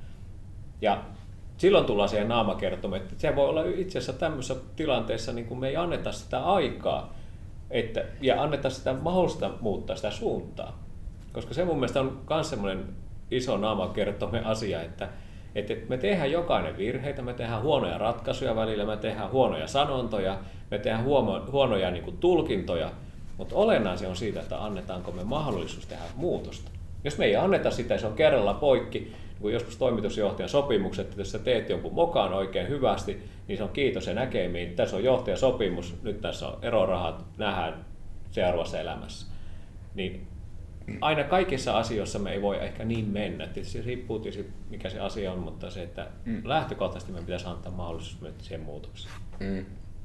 Ja silloin tullaan siihen naamakertomaan, että se voi olla itse asiassa tämmöisessä tilanteessa, niin kun me ei anneta sitä aikaa että, ja anneta sitä mahdollista muuttaa sitä suuntaa. Koska se mun mielestä on myös semmoinen iso naamakertomme asia, että, että me tehdään jokainen virheitä, me tehdään huonoja ratkaisuja välillä, me tehdään huonoja sanontoja, me tehdään huono, huonoja niin kuin tulkintoja, mutta olennaisia on siitä, että annetaanko me mahdollisuus tehdä muutosta. Jos me ei anneta sitä, se on kerralla poikki, kun joskus toimitusjohtajan sopimukset, että jos sä teet jonkun mokaan oikein hyvästi, niin se on kiitos ja näkemiin. Tässä on johtajasopimus, nyt tässä on erorahat, nähdään seuraavassa elämässä. Niin aina kaikissa asioissa me ei voi ehkä niin mennä. Tietysti riippuu tietysti mikä se asia on, mutta se, että mm. lähtökohtaisesti me pitäisi antaa mahdollisuus myös siihen muutokseen. Mm.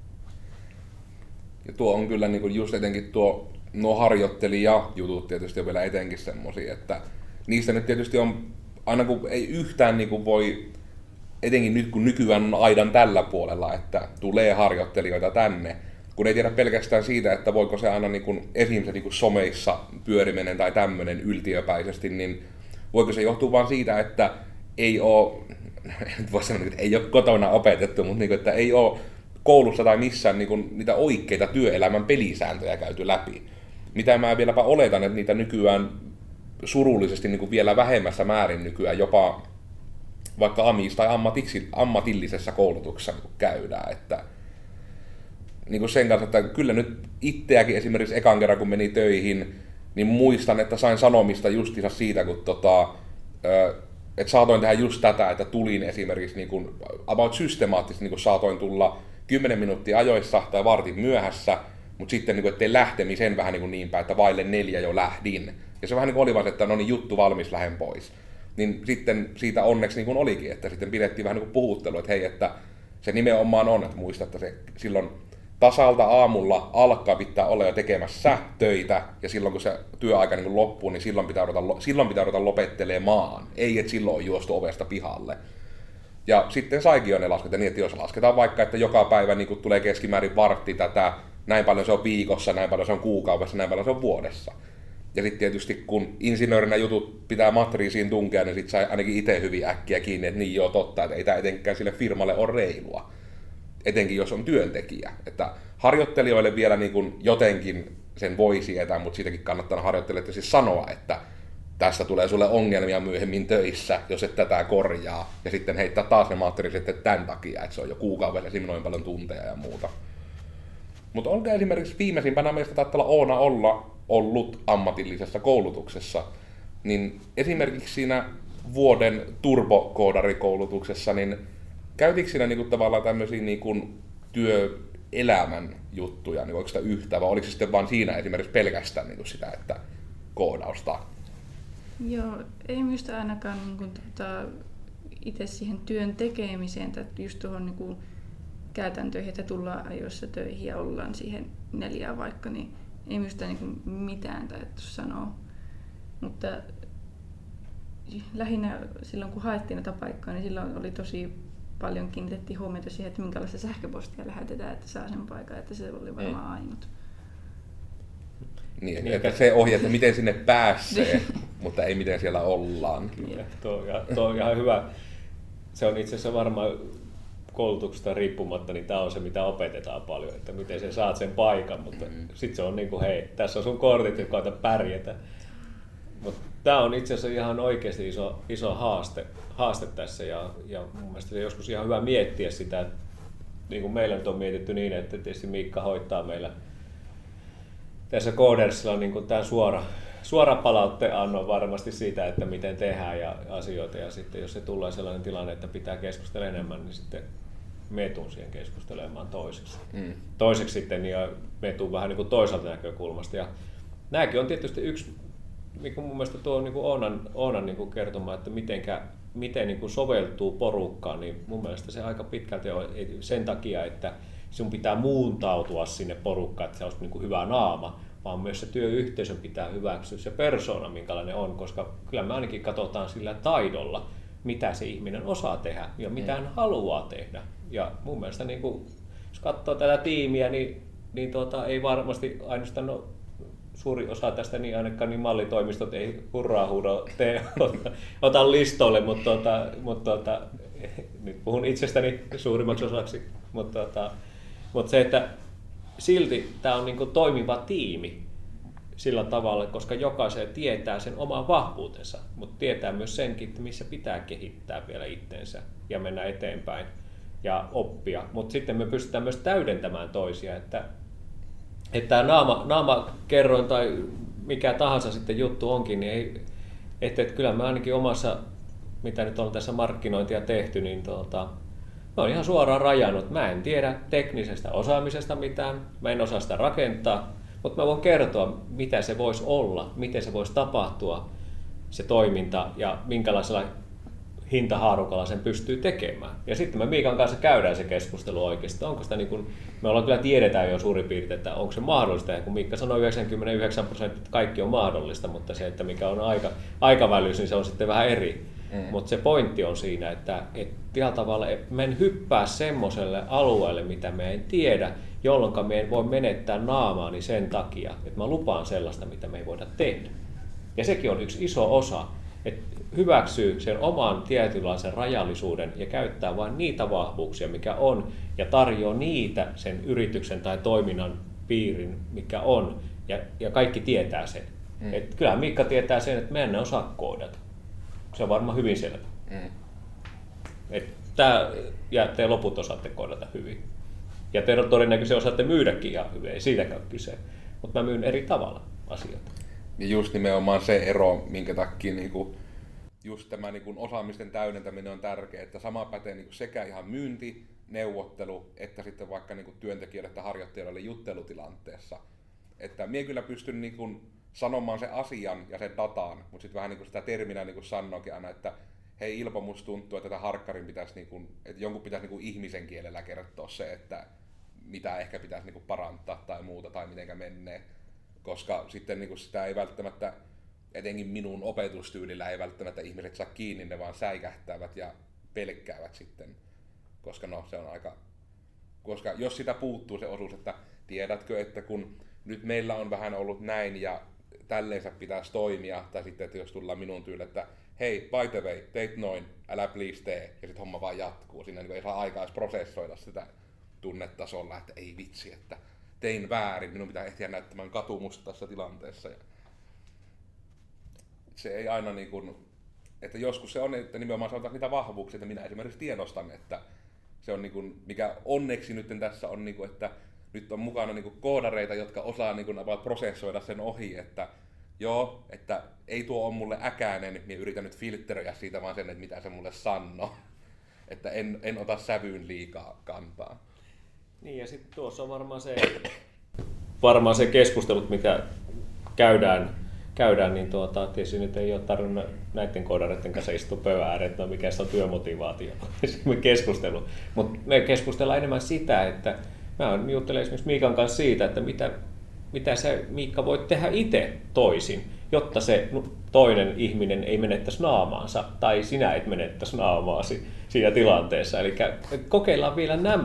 Ja tuo on kyllä niin kuin just etenkin tuo, nuo harjoittelija-jutut tietysti on vielä etenkin semmosia, että niistä nyt tietysti on, aina kun ei yhtään niin kuin voi, etenkin nyt kun nykyään on aidan tällä puolella, että tulee harjoittelijoita tänne, kun ei tiedä pelkästään siitä, että voiko se aina niin kuin, esimerkiksi niin kuin someissa pyöriminen tai tämmöinen yltiöpäisesti, niin voiko se johtua vain siitä, että ei ole, en voi sanoa, että ei ole kotona opetettu, mutta niin kuin, että ei ole koulussa tai missään niin kuin, niitä oikeita työelämän pelisääntöjä käyty läpi. Mitä mä vieläpä oletan, että niitä nykyään surullisesti niin kuin vielä vähemmässä määrin nykyään jopa vaikka amis- tai ammatiksi, ammatillisessa koulutuksessa niin kuin käydään. Että, niin kuin sen kanssa, että kyllä nyt itseäkin esimerkiksi ekan kerran kun meni töihin, niin muistan, että sain sanomista justiinsa siitä, kun tota, että saatoin tehdä just tätä, että tulin esimerkiksi niin kuin about systemaattisesti, niin kuin saatoin tulla kymmenen minuuttia ajoissa tai vartin myöhässä, mutta sitten niin kuin, ettei lähtemisen vähän niin, niin päin, että vaille neljä jo lähdin. Ja se vähän niin kuin oli vaan, että no niin juttu valmis, lähden pois. Niin sitten siitä onneksi niin kuin olikin, että sitten pidettiin vähän niin kuin puhuttelu, että hei, että se nimenomaan on, että muista, että se silloin tasalta aamulla alkaa pitää olla jo tekemässä töitä, ja silloin kun se työaika niin kuin loppuu, niin silloin pitää ruveta, silloin pitää ruveta lopettelemaan. Ei, että silloin on juostu ovesta pihalle. Ja sitten saikin jo ne lasket, niin että jos lasketaan vaikka, että joka päivä niin tulee keskimäärin vartti tätä, näin paljon se on viikossa, näin paljon se on kuukaudessa, näin paljon se on vuodessa. Ja sitten tietysti kun insinöörinä jutut pitää matriisiin tunkea, niin sitten sai ainakin itse hyvin äkkiä kiinni, että niin joo totta, että ei tämä etenkään sille firmalle ole reilua. Etenkin jos on työntekijä. Että harjoittelijoille vielä niin kuin jotenkin sen voi sietää, mutta siitäkin kannattaa harjoittelijoille siis sanoa, että tästä tulee sulle ongelmia myöhemmin töissä, jos et tätä korjaa. Ja sitten heittää taas ne matriisit tämän takia, että se on jo kuukaudessa siinä noin paljon tunteja ja muuta. Mutta onko esimerkiksi viimeisimpänä meistä taittaa olla Oona olla ollut ammatillisessa koulutuksessa, niin esimerkiksi siinä vuoden turbokoodarikoulutuksessa, niin käytikö siinä niinku tavallaan tämmöisiä niinku työelämän juttuja, niin oliko sitä yhtä, vai oliko se sitten vaan siinä esimerkiksi pelkästään niinku sitä, että koodausta? Joo, ei minusta ainakaan niinku, tota, itse siihen työn tekemiseen, tai just tuohon niinku käytäntöihin, että tullaan ajoissa töihin ja ollaan siihen neljään vaikka, niin ei minusta niinku mitään taidettu sanoa. Mutta lähinnä silloin kun haettiin näitä paikkaa, niin silloin oli tosi paljon kiinnitettiin huomiota siihen, että minkälaista sähköpostia lähetetään, että saa sen paikan, että se oli varmaan ainut. Niin, niin, että se ohje, että miten sinne pääsee, mutta ei miten siellä ollaan. Kyllä, tuo, tuo on ihan hyvä. Se on itse asiassa varmaan koulutuksesta riippumatta, niin tämä on se, mitä opetetaan paljon, että miten sä saat sen paikan, mutta mm. sitten se on niin kuin, hei, tässä on sun kortit, ja koeta pärjätä. Mutta tämä on itse asiassa ihan oikeasti iso, iso haaste, haaste tässä, ja, ja mun mielestä se joskus ihan hyvä miettiä sitä, että niin kuin meillä nyt on mietitty niin, että tietysti Miikka hoitaa meillä tässä Codersilla niin tämä suora, suora palautteenannon varmasti siitä, että miten tehdään ja asioita, ja sitten jos se tulee sellainen tilanne, että pitää keskustella enemmän, niin sitten me tuun siihen keskustelemaan toiseksi. Mm. Toiseksi sitten ja me tuun vähän niin kuin toiselta näkökulmasta. Ja nämäkin on tietysti yksi, niin kuin mun mielestä tuo niin kuin Oonan, Oonan niin kuin kertoma, että mitenkä, miten niin kuin soveltuu porukkaan, niin mun mielestä se aika pitkälti on sen takia, että sinun pitää muuntautua sinne porukkaan, että se olisi niin kuin hyvä naama, vaan myös se työyhteisön pitää hyväksyä se persoona, minkälainen on, koska kyllä me ainakin katsotaan sillä taidolla, mitä se ihminen osaa tehdä ja mitä hän haluaa tehdä. Ja mun mielestä niin kuin, jos katsoo tätä tiimiä, niin, niin tuota, ei varmasti ainoastaan no, suuri osa tästä, niin ainakaan niin mallitoimistot ei hurraa huudo tee, ota, ota listoille, mutta, tuota, mutta tuota, nyt puhun itsestäni suurimmaksi osaksi, mutta, tuota, mutta se, että silti tämä on niin kuin toimiva tiimi sillä tavalla, koska jokaisen tietää sen oman vahvuutensa, mutta tietää myös senkin, että missä pitää kehittää vielä itteensä ja mennä eteenpäin ja oppia. Mutta sitten me pystytään myös täydentämään toisia, että, että tämä naama, naamakerroin tai mikä tahansa sitten juttu onkin, niin ei, että, että kyllä mä ainakin omassa, mitä nyt on tässä markkinointia tehty, niin tuota, mä oon ihan suoraan rajannut. Mä en tiedä teknisestä osaamisesta mitään, mä en osaa sitä rakentaa, mutta mä voin kertoa, mitä se voisi olla, miten se voisi tapahtua, se toiminta ja minkälaisella hintahaarukalla sen pystyy tekemään. Ja sitten me Miikan kanssa käydään se keskustelu oikeasti. Onko sitä niin kuin, me ollaan kyllä tiedetään jo suurin piirtein, että onko se mahdollista. Ja kun Miikka sanoi yhdeksänkymmentäyhdeksän prosenttia, että kaikki on mahdollista, mutta se, että mikä on aika, aikavälyys, niin se on sitten vähän eri. Mm. Mutta se pointti on siinä, että et tällä tavalla me en hyppää semmoiselle alueelle, mitä me en tiedä, jolloin me en voi menettää naamaani sen takia, että mä lupaan sellaista, mitä me ei voida tehdä. Ja sekin on yksi iso osa, että hyväksyy sen oman tietynlaisen rajallisuuden ja käyttää vain niitä vahvuuksia, mikä on, ja tarjoaa niitä sen yrityksen tai toiminnan piirin, mikä on, ja, ja kaikki tietää sen. Mm. Et kyllähän Miikka tietää sen, että me en osaa koodata. Se on varmaan hyvin selvä. Mm. Et tää, ja te loput osaatte koodata hyvin. Ja te todennäköisesti osaatte myydäkin ihan hyvin, ei siitäkään kyse. Mutta mä myyn eri tavalla asioita. Ja just nimenomaan se ero, minkä takia niinku, just tämä niinku, osaamisten täydentäminen on tärkeää, että sama pätee niinku, sekä ihan myynti, neuvottelu, että sitten vaikka niinku, työntekijöille tai harjoittelijoille juttelutilanteessa. Että minä kyllä pystyn niinku, sanomaan sen asian ja sen datan, mutta sitten vähän niinku, sitä terminä niinku, sanoikin aina, että hei Ilpo, musta tuntuu, että tätä harkkarin pitäisi, niinku, että jonkun pitäisi niinku, ihmisen kielellä kertoa se, että mitä ehkä pitäisi niinku, parantaa tai muuta tai mitenkä menee. Koska sitten niin sitä ei välttämättä, etenkin minun opetustyylillä ei välttämättä ihmiset saa kiinni, ne vaan säikähtävät ja pelkkäävät sitten. Koska no se on aika, koska jos sitä puuttuu se osuus, että tiedätkö, että kun nyt meillä on vähän ollut näin ja tälleensä pitäisi toimia, tai sitten että jos tullaan minun tyylillä, että hei, by the way, teit noin, älä please tee, ja sitten homma vaan jatkuu. Siinä niin ei saa aikaa edes prosessoida sitä tunnetasolla, että ei vitsi, että tein väärin, minun pitää ehtiä näyttämään katumusta tässä tilanteessa. Ja se ei aina niin kuin, että joskus se on, että nimenomaan sanotaan niitä vahvuuksia, että minä esimerkiksi tiedostan, että se on niin kuin, mikä onneksi nyt tässä on, niin kuin, että nyt on mukana niin kuin koodareita, jotka osaa niin kuin prosessoida sen ohi, että joo, että ei tuo ole mulle äkäinen, minä yritän nyt filtteröidä siitä vaan sen, että mitä se mulle sanoo. Että en, en ota sävyyn liikaa kantaa. Niin ja sitten tuossa on varmaan se, varmaan se keskustelut, mitä käydään, käydään niin tuota, tietysti nyt ei ole tarvinnut näiden koodareiden kanssa istua pöydän ääreen, että no mikä se on työmotivaatio, me keskustelu. Mutta me keskustellaan enemmän sitä, että mä juttelen esimerkiksi Miikan kanssa siitä, että mitä, mitä sä Miikka voit tehdä itse toisin, jotta se toinen ihminen ei menettäisi naamaansa tai sinä et menettäisi naamaasi siinä tilanteessa. Eli kokeillaan vielä nämä.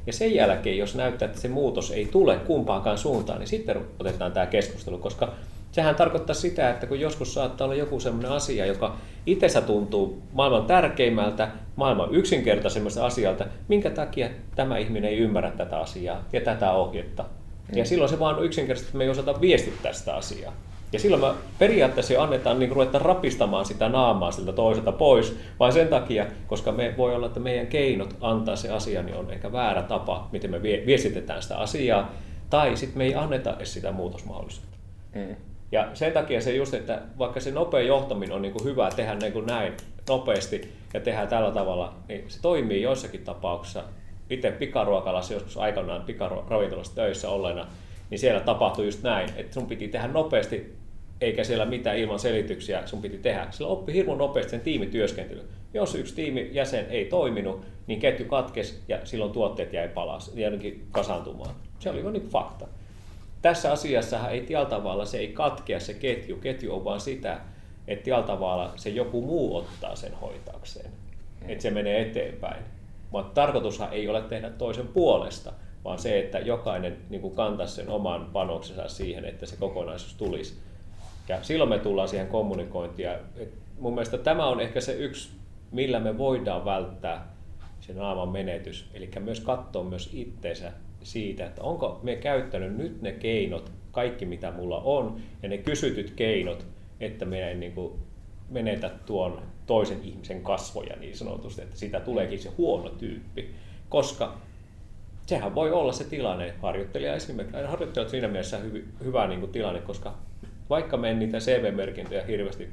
Ja sen jälkeen, jos näyttää, että se muutos ei tule kumpaankaan suuntaan, niin sitten otetaan tämä keskustelu, koska sehän tarkoittaa sitä, että kun joskus saattaa olla joku sellainen asia, joka itsensä tuntuu maailman tärkeimmältä, maailman yksinkertaisemmasta asialta, minkä takia tämä ihminen ei ymmärrä tätä asiaa ja tätä ohjetta. Ja mm. silloin se vaan yksinkertaisesti, että me ei osata viestittää sitä asiaa. Ja silloin me periaatteessa jo annetaan niin ruveta rapistamaan sitä naamaa siltä toiselta pois, vain sen takia, koska me voi olla, että meidän keinot antaa se asia, niin on ehkä väärä tapa, miten me viestitetään sitä asiaa, tai sitten me ei anneta edes sitä muutosmahdollisuutta. Mm. Ja sen takia se just, että vaikka se nopea johtaminen on niin kuin hyvä tehdä niin kuin näin nopeasti ja tehdä tällä tavalla, niin se toimii joissakin tapauksissa. Itse pikaruokalassa joskus aikanaan pikaravintolassa töissä olleena, niin siellä tapahtui just näin, että sun piti tehdä nopeasti, eikä siellä mitään ilman selityksiä sun piti tehdä. Sillä oppi hirveän nopeasti sen tiimityöskentely. Jos yksi tiimijäsen ei toiminut, niin ketju katkesi ja silloin tuotteet jäi palas, jonnekin kasaantumaan. Se oli niin fakta. Tässä asiassahan ei tällä tavalla se ei katkea se ketju. Ketju on vaan sitä, että tällä tavalla se joku muu ottaa sen hoitaakseen. Että se menee eteenpäin. Mutta tarkoitushan ei ole tehdä toisen puolesta, vaan se, että jokainen niin kuin kantaisi sen oman panoksensa siihen, että se kokonaisuus tulisi. Ja silloin me tullaan siihen kommunikointiin. Et mun mielestä tämä on ehkä se yksi, millä me voidaan välttää se naaman menetys. Eli myös katsoa myös itseensä siitä, että onko me käyttänyt nyt ne keinot, kaikki mitä mulla on, ja ne kysytyt keinot, että me ei niin kuin menetä tuon toisen ihmisen kasvoja niin sanotusti, että siitä tuleekin se huono tyyppi. Koska sehän voi olla se tilanne, harjoittelija esimerkiksi, harjoittelijat siinä mielessä hyvä, hyvä niin kuin tilanne, koska vaikka me en niitä C V-merkintöjä hirveästi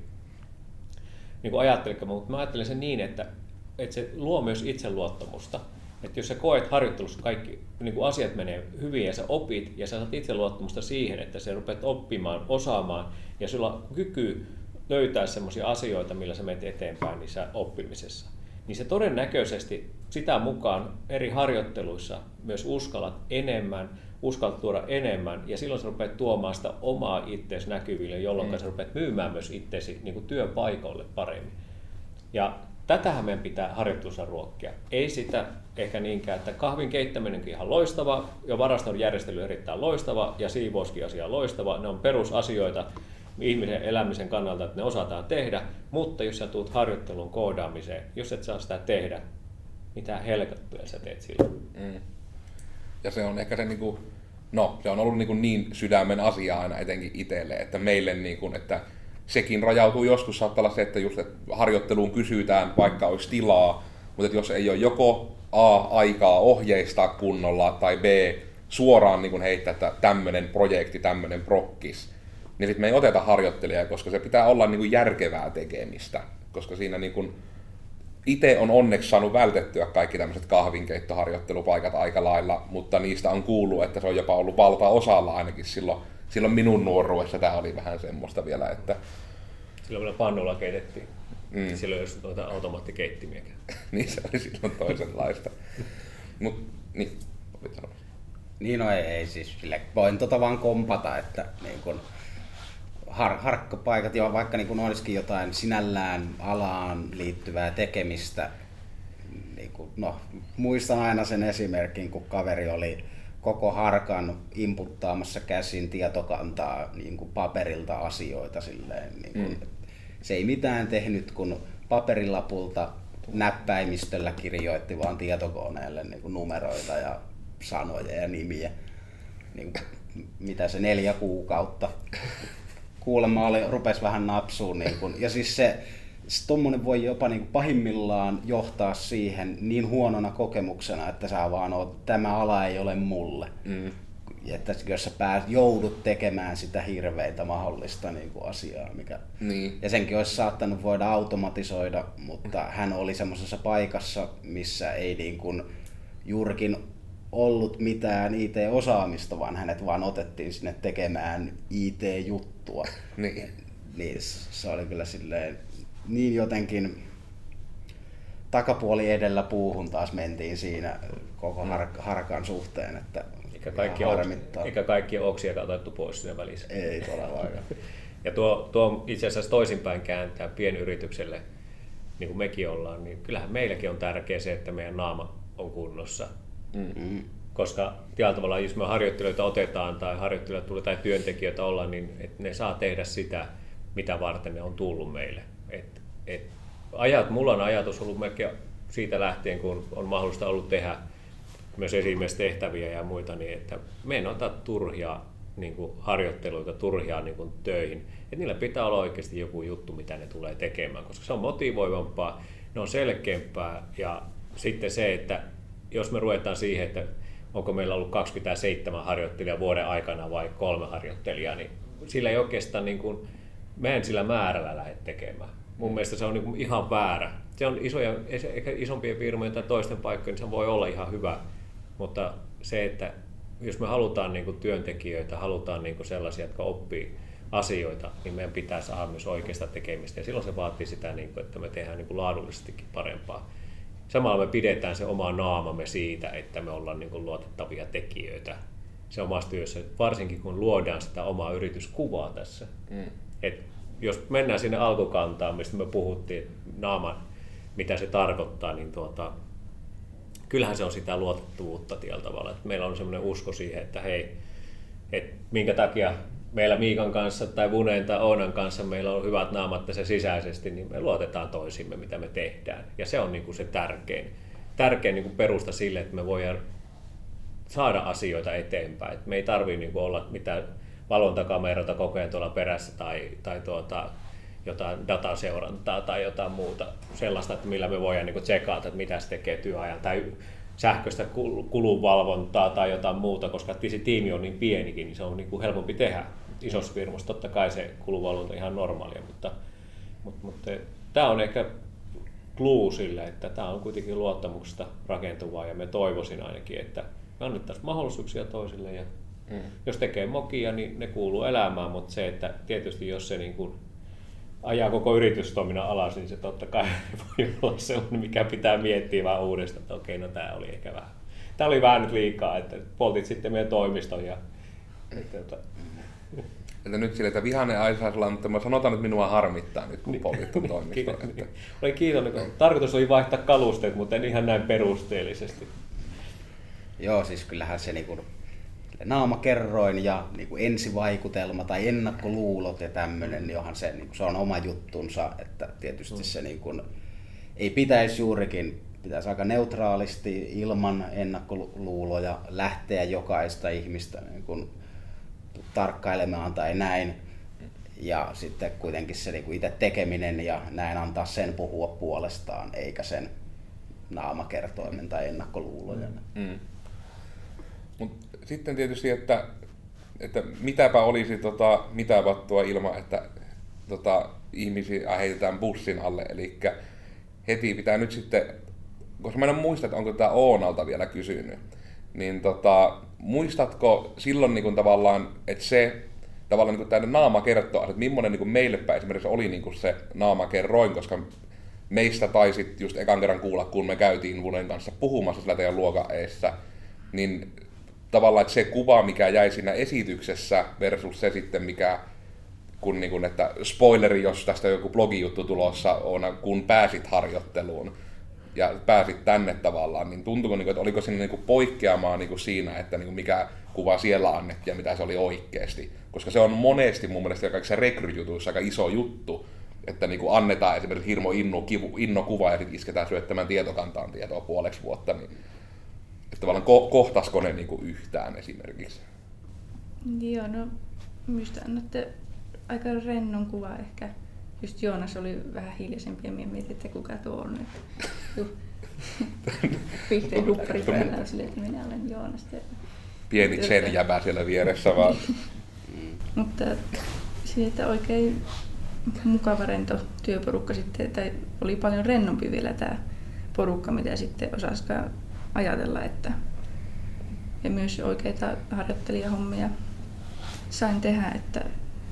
niin kuin ajattelekaan, mutta mä ajattelen sen niin, että, että se luo myös itseluottamusta. Että jos sä koet harjoittelussa kaikki niin kuin asiat menee hyvin ja sä opit ja sä saat itseluottamusta siihen, että sä rupeat oppimaan, osaamaan ja sulla on kyky löytää sellaisia asioita, millä sä menet eteenpäin niissä oppimisessa, niin se todennäköisesti sitä mukaan eri harjoitteluissa myös uskallat enemmän, uskallat tuoda enemmän ja silloin sä rupeat tuomaan sitä omaa itseäsi näkyville, jolloin mm. sä rupeat myymään myös itseäsi niin kuin työpaikoille paremmin. Ja tätähän meidän pitää harjoittelussa ruokkia. Ei sitä ehkä niinkään, että kahvin keittäminenkin ihan loistava, ja varaston järjestely erittäin loistava, ja siivouskin asia loistava. Ne on perusasioita ihmisen elämisen kannalta, että ne osataan tehdä, mutta jos sä tulet harjoittelun koodaamiseen, jos et saa sitä tehdä, mitä helkattuja sä teet silloin? Mm. Ja se on ehkä se, niin kuin, no, se on ollut niin, niin sydämen asia aina etenkin itselle, että meille, niin kuin, että sekin rajautuu joskus, saattaa olla se, että just että harjoitteluun kysytään, vaikka olisi tilaa, mutta että jos ei ole joko A, aikaa ohjeistaa kunnolla, tai B, suoraan niin kuin heittää, että tämmöinen projekti, tämmöinen prokkis, niin sitten me ei oteta harjoittelijaa, koska se pitää olla niin kuin järkevää tekemistä, koska siinä niin kuin itse on onneksi saanut vältettyä kaikki tämmöiset kahvinkeittoharjoittelupaikat aika lailla, mutta niistä on kuullut, että se on jopa ollut valtaosalla ainakin silloin, silloin minun nuoruudessa tämä oli vähän semmoista vielä, että silloin vielä pannulla keitettiin. Mm. Silloin ei ollut noita automaattikeittimiäkään. Niin se oli silloin toisenlaista. Mut, niin, niin no ei, ei siis sille. Voin tota vaan kompata, että niin kun har, harkkapaikat, jo, vaikka niin kun olisikin jotain sinällään alaan liittyvää tekemistä, niin kun, no, muistan aina sen esimerkin, kun kaveri oli koko harkan inputtaamassa käsin tietokantaa niin kuin paperilta asioita silleen, niin kuin, mm. se ei mitään tehnyt, kun paperilapulta näppäimistöllä kirjoitti vaan tietokoneelle niin kuin numeroita ja sanoja ja nimiä. Niin kuin, mitä se neljä kuukautta. Kuulemma oli, rupesi vähän napsuun. Niin kuin, ja siis se, se tommonen voi jopa niin kuin pahimmillaan johtaa siihen niin huonona kokemuksena, että sä vaan oot, tämä ala ei ole mulle. Mm. Että jos sä päät, joudut tekemään sitä hirveitä mahdollista niin kuin asiaa. Mikä, niin. Ja senkin olisi saattanut voida automatisoida, mutta hän oli semmoisessa paikassa, missä ei niin kuin juurikin ollut mitään I T-osaamista, vaan hänet vaan otettiin sinne tekemään I T-juttua. Niin. Niin se oli kyllä silleen, niin jotenkin takapuoli edellä puuhun taas mentiin siinä koko har- harkan suhteen, että eikä kaikki, harmittaa. Eikä kaikki oksia otettu pois siinä välissä. Ei todellakaan. Ja tuo, tuo itse asiassa toisinpäin kääntää pienyritykselle, niin kuin mekin ollaan, niin kyllähän meilläkin on tärkeää se, että meidän naama on kunnossa. Mm. Koska tällä tavalla, jos me harjoittelijoita otetaan tai harjoittelijoita tulee tai työntekijöitä ollaan, niin että ne saa tehdä sitä, mitä varten ne on tullut meille. Et, et, ajat, mulla on ajatus ollut melkein siitä lähtien, kun on mahdollista ollut tehdä myös esimiestehtäviä ja muita, niin että me en ota turhia niin kuin harjoitteluita, turhia niin kuin töihin. Että niillä pitää olla oikeasti joku juttu, mitä ne tulee tekemään, koska se on motivoivampaa, ne on selkeämpää ja sitten se, että jos me ruvetaan siihen, että onko meillä ollut kaksikymmentäseitsemän harjoittelijaa vuoden aikana vai kolme harjoittelijaa, niin sillä ei oikeastaan, niin kuin, me en sillä määrällä lähde tekemään. Mun mielestä se on niin kuin ihan väärä. Se on isoja, ehkä isompien firmojen tai toisten paikkojen, niin se voi olla ihan hyvä, mutta se, että jos me halutaan niin kuin työntekijöitä, halutaan niin kuin sellaisia, jotka oppii asioita, niin meidän pitää saada myös oikeasta tekemistä ja silloin se vaatii sitä, niin kuin, että me tehdään niin kuin laadullisestikin parempaa. Samalla me pidetään se oma naamamme siitä, että me ollaan niin kuin luotettavia tekijöitä se omassa työssä, varsinkin kun luodaan sitä omaa yrityskuvaa tässä. Mm. Et jos mennään sinne alkukantaan, mistä me puhuttiin, naama, mitä se tarkoittaa, niin tuota, kyllähän se on sitä luotettavuutta tällä tavalla. Et meillä on sellainen usko siihen, että hei, et minkä takia meillä Miikan kanssa tai Vunen tai Oonan kanssa meillä on hyvät naamat tässä sisäisesti, niin me luotetaan toisimme, mitä me tehdään. Ja se on niin kuin se tärkein, tärkein niin kuin perusta sille, että me voidaan saada asioita eteenpäin. Et me ei tarvitse niin kuin olla mitään valvontakameroita koko ajan tuolla perässä tai, tai tuota, jotain dataseurantaa tai jotain muuta sellaista, että millä me voidaan niin kuin tsekata, että mitä se tekee työajan tai sähköistä kulunvalvontaa tai jotain muuta, koska se tiimi on niin pienikin, niin se on niin kuin helpompi tehdä. Isossa firmassa totta kai se kulunvalvonta on ihan normaalia, mutta, mutta, mutta tämä on ehkä clue sille, että tämä on kuitenkin luottamuksesta rakentuvaa ja me toivoisin ainakin, että me annettaisiin mahdollisuuksia toisille ja mm. jos tekee mokia, niin ne kuuluu elämään, mutta se, että tietysti jos se niin kuin ajaa koko yritystoiminnan alas, niin se totta kai voi olla sellainen, mikä pitää miettiä vaan uudestaan, että okei, no tämä oli ehkä vähän, tämä oli vähän nyt liikaa, että poltit sitten meidän toimiston ja että, että, että nyt sille, että vihainen ai saisi olla, mutta mä sanotaan, että minua harmittaa nyt, kun poltit tuon toimiston. Että olen kiitollinen. Tarkoitus oli vaihtaa kalusteet, mutta en ihan näin perusteellisesti. Joo, siis kyllähän se niin kuin naamakerroin ja niin kuin ensivaikutelma tai ennakkoluulot ja tämmöinen, niin onhan se, niin kuin, se on oma juttunsa, että tietysti mm. se niin kuin, ei pitäisi juurikin, pitäisi aika neutraalisti ilman ennakkoluuloja lähteä jokaista ihmistä niin kuin, tarkkailemaan tai näin. Ja sitten kuitenkin se niin kuin itse tekeminen ja näin antaa sen puhua puolestaan, eikä sen naamakertoimen tai ennakkoluuloja. Mm. Mut sitten tietysti, että, että mitäpä olisi tota, mitä vattua ilman, että tota, ihmisiä heitetään bussin alle. Eli heti pitää nyt sitten, koska mä en muista, että onko tämä Oonalta vielä kysynyt, niin tota, muistatko silloin niin kuin tavallaan, että se tavallaan niin tämä naama kertoo, että millainen niin kuin meille päin esimerkiksi oli niin kuin se naamakerroin, koska meistä taisit just ekan kerran kuulla, kun me käytiin Vunen kanssa puhumassa sillä teidän luokan eessä, niin tavallaan, että se kuva, mikä jäi siinä esityksessä versus se sitten, mikä, kun niin kuin, että spoileri, jos tästä joku blogijuttu tulossa on, kun pääsit harjoitteluun ja pääsit tänne tavallaan, niin tuntuuko, että oliko siinä niin kuin poikkeamaa niin kuin siinä, että niin kuin mikä kuva siellä annettiin ja mitä se oli oikeasti. Koska se on monesti mun mielestä kaikissa rekryjutuissa aika iso juttu, että niin kuin annetaan esimerkiksi hirmo inno, inno kuva ja sitten isketään syöttämään tietokantaan tietoa puoleksi vuotta. Niin että tavallaan ko- kohtasko ne niinku yhtään esimerkiksi? Joo, no minusta annatte aika rennon kuva ehkä. Just Joonas oli vähän hiljaisempi ja minä mietin, että kuka tuo on. Vihreä huppari päällä on silleen, että minä olen Joonas. Pieni Zen jäbä siellä vieressä vaan. Mutta siitä oikein mukava rento työporukka sitten, tai oli paljon rennompi vielä tämä porukka, mitä sitten osasikaan ajatella, että ja myös oikeita harjoittelijahommia sain tehdä, että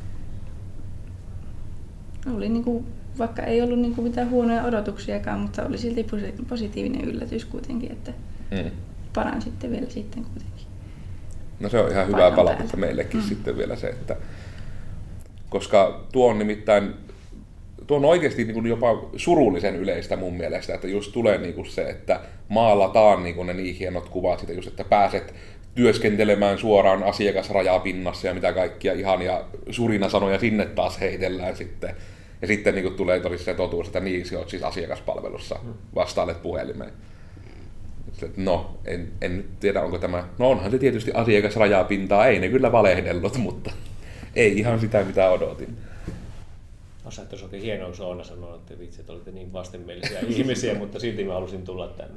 oli niinku, vaikka ei ollut niinku mitään huonoja odotuksiakaan, mutta oli silti positiivinen yllätys kuitenkin, että mm. paran sitten vielä sitten kuitenkin. No se on ihan hyvää palautetta meillekin mm. sitten vielä se, että koska tuo on nimittäin tuo on oikeasti niin kuin jopa surullisen yleistä mun mielestä, että just tulee niin kuin se, että maalataan niin kuin ne niin hienot kuvat siitä, just, että pääset työskentelemään suoraan asiakasrajapinnassa ja mitä kaikkia ihania surina sanoja sinne taas heitellään sitten. Ja sitten niin kuin tulee tosiaan totuus, että niin, sä oot siis asiakaspalvelussa, vastailet puhelimeen. No, en, en nyt tiedä, onko tämä... No onhan se tietysti asiakasrajapintaa, ei ne kyllä valehdellut, mutta ei ihan sitä, mitä odotin. Osa, että olisi oikein hienoa, kun Oona sanoi, että vitsi, että olitte niin vastenmielisiä ihmisiä, mutta silti mä halusin tulla tänne.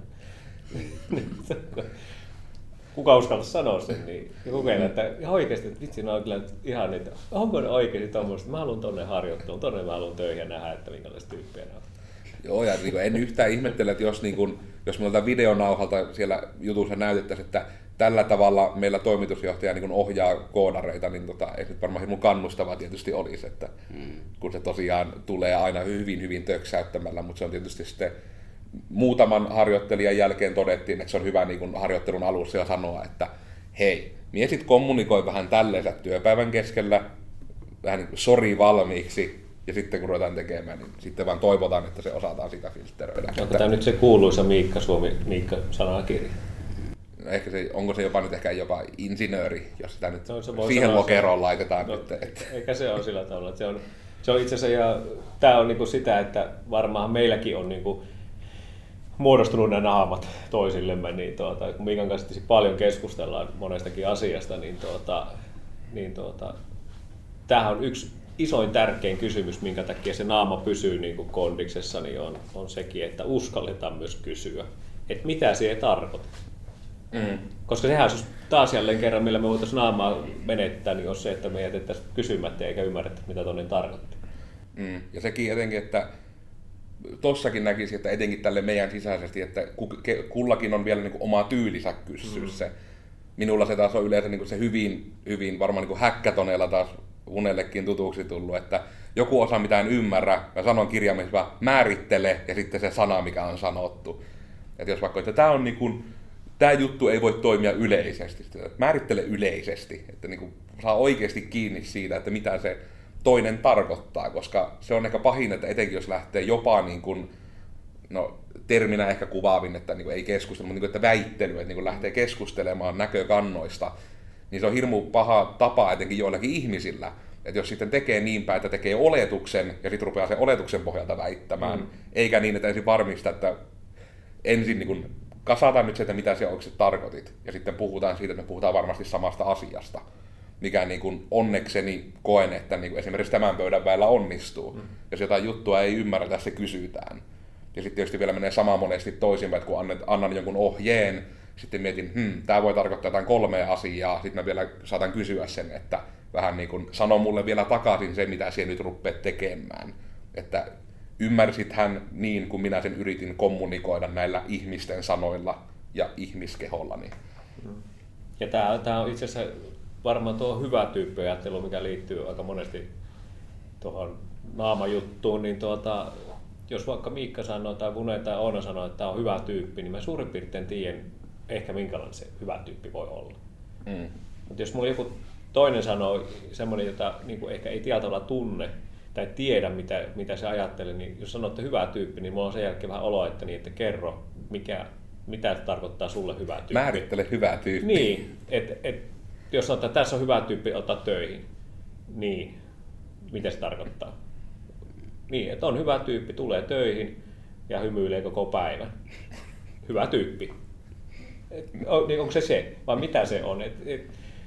Kuka uskaltaisi sanoa sen, niin kokeilla, että oikeasti, että vitsi, ne on kyllä ihan niitä, onko ne oikeasti tommoista, mä haluan tonne harjoittua, tonne mä haluan töihin ja nähdä, että minkälaisia tyyppejä ne on. Joo, ja niin en yhtään ihmettele, että jos, niin kun, jos meiltä videonauhalta siellä jutussa näytettäisiin, että tällä tavalla meillä toimitusjohtaja niin ohjaa koodareita, niin tota, ei nyt varmaan hirveän kannustavaa tietysti olisi, että mm. kun se tosiaan tulee aina hyvin, hyvin töksäyttämällä, mutta se on tietysti sitten muutaman harjoittelijan jälkeen todettiin, että se on hyvä niin kuin harjoittelun alussa jo sanoa, että hei, mie sit kommunikoi vähän tälleensä työpäivän keskellä, vähän niin kuin sori valmiiksi, ja sitten kun ruvetaan tekemään, niin sitten vaan toivotaan, että se osataan sitä filtteröidä. Onko että... tämä nyt se kuuluisa Miikka Suomi, Miikka sanakirja? No ehkä se, onko se jopa nyt ehkä jopa insinööri, jos sitä nyt no, siihen lokeroon se... laitetaan. No, nyt, että... Eikä se ole sillä tavalla. Että se, on, se on itse asiassa, ja tämä on niinku sitä, että varmaan meilläkin on niinku muodostunut nämä naamat toisillemme, niin tuota, kun Miikan kanssa paljon keskustellaan monestakin asiasta, niin, tuota, niin tuota, tämähän on yksi isoin tärkein kysymys, minkä takia se naama pysyy niin kuin kondiksessa, niin on, on sekin, että uskalletaan myös kysyä, että mitä se tarkoittaa. Mm. Koska sehän olisi taas jälleen kerran, millä me voitaisiin naamaa menettää, niin on se, että me jätettäisiin kysymättä eikä ymmärrettäisi, mitä toinen tarkoittaa. Mm. Ja sekin jotenkin, että tossakin näkisi, että etenkin tälle meidän sisäisesti, että kullakin on vielä niin kuin oma tyylisä kysyä mm. se. Minulla se taas on yleensä niin kuin se hyvin, hyvin varmaan niin kuin häkkätoneella taas unellekin tutuksi tullut, että joku osa mitä en ymmärrä, mä sanon kirjaimessa määrittele ja sitten se sana mikä on sanottu. Että jos vaikka, että tämä on niin kuin, tämä juttu ei voi toimia yleisesti, määrittele yleisesti, että niin kuin saa oikeasti kiinni siitä, että mitä se toinen tarkoittaa, koska se on ehkä pahin, että etenkin jos lähtee jopa niin kuin, no terminä ehkä kuvaavin, että niin kuin ei keskustella, mutta niin kuin, että väittely, että niin kuin lähtee keskustelemaan näkökannoista, niin se on hirmu paha tapa etenkin joillakin ihmisillä, että jos sitten tekee niin päin, että tekee oletuksen ja sitten rupeaa sen oletuksen pohjalta väittämään, mm. eikä niin, että ensin varmistaa, että ensin niin kuin kasataan nyt se, että mitä se oikeasti tarkoitit, ja sitten puhutaan siitä, että me puhutaan varmasti samasta asiasta, mikä niin kuin onnekseni koen, että niin kuin esimerkiksi tämän pöydän väellä onnistuu. Mm. Jos jotain juttua ei ymmärretä, se kysytään. Ja sitten tietysti vielä menee sama monesti toisinpäin, että kun annan jonkun ohjeen, sitten mietin, hmm, tämä voi tarkoittaa jotain kolmea asiaa, sitten mä vielä saatan kysyä sen, että vähän niin kuin sano mulle vielä takaisin se, mitä siellä nyt rupeat tekemään. Että ymmärsithän niin, kuin minä sen yritin kommunikoida näillä ihmisten sanoilla ja ihmiskehollani. Ja tämä, tämä on itse asiassa varmaan tuo hyvä tyyppiajattelu, mikä liittyy aika monesti tuohon naamajuttuun, niin tuota, jos vaikka Miikka sanoo tai Vune tai Oona sanoo, että tämä on hyvä tyyppi, niin mä suurin piirtein tiedän ehkä minkälainen se hyvä tyyppi voi olla. Mm. Mutta jos mulla joku toinen sanoo semmoinen, jota niin kuin ehkä ei tietyllä tunne tai tiedä, mitä, mitä se ajattelee, niin jos sanotte hyvä tyyppi, niin mulla on sen jälkeen vähän olo, että, niin, että kerro, mikä, mitä tarkoittaa sulle hyvä tyyppi. Määrittele hyvä tyyppi. Niin, että et, jos sanotaan, että tässä on hyvä tyyppi, ottaa töihin, niin mitä se tarkoittaa? Niin, että on hyvä tyyppi, tulee töihin ja hymyilee koko päivän. Hyvä tyyppi. Et, on, niin onko se se, vai mitä se on? Et, et,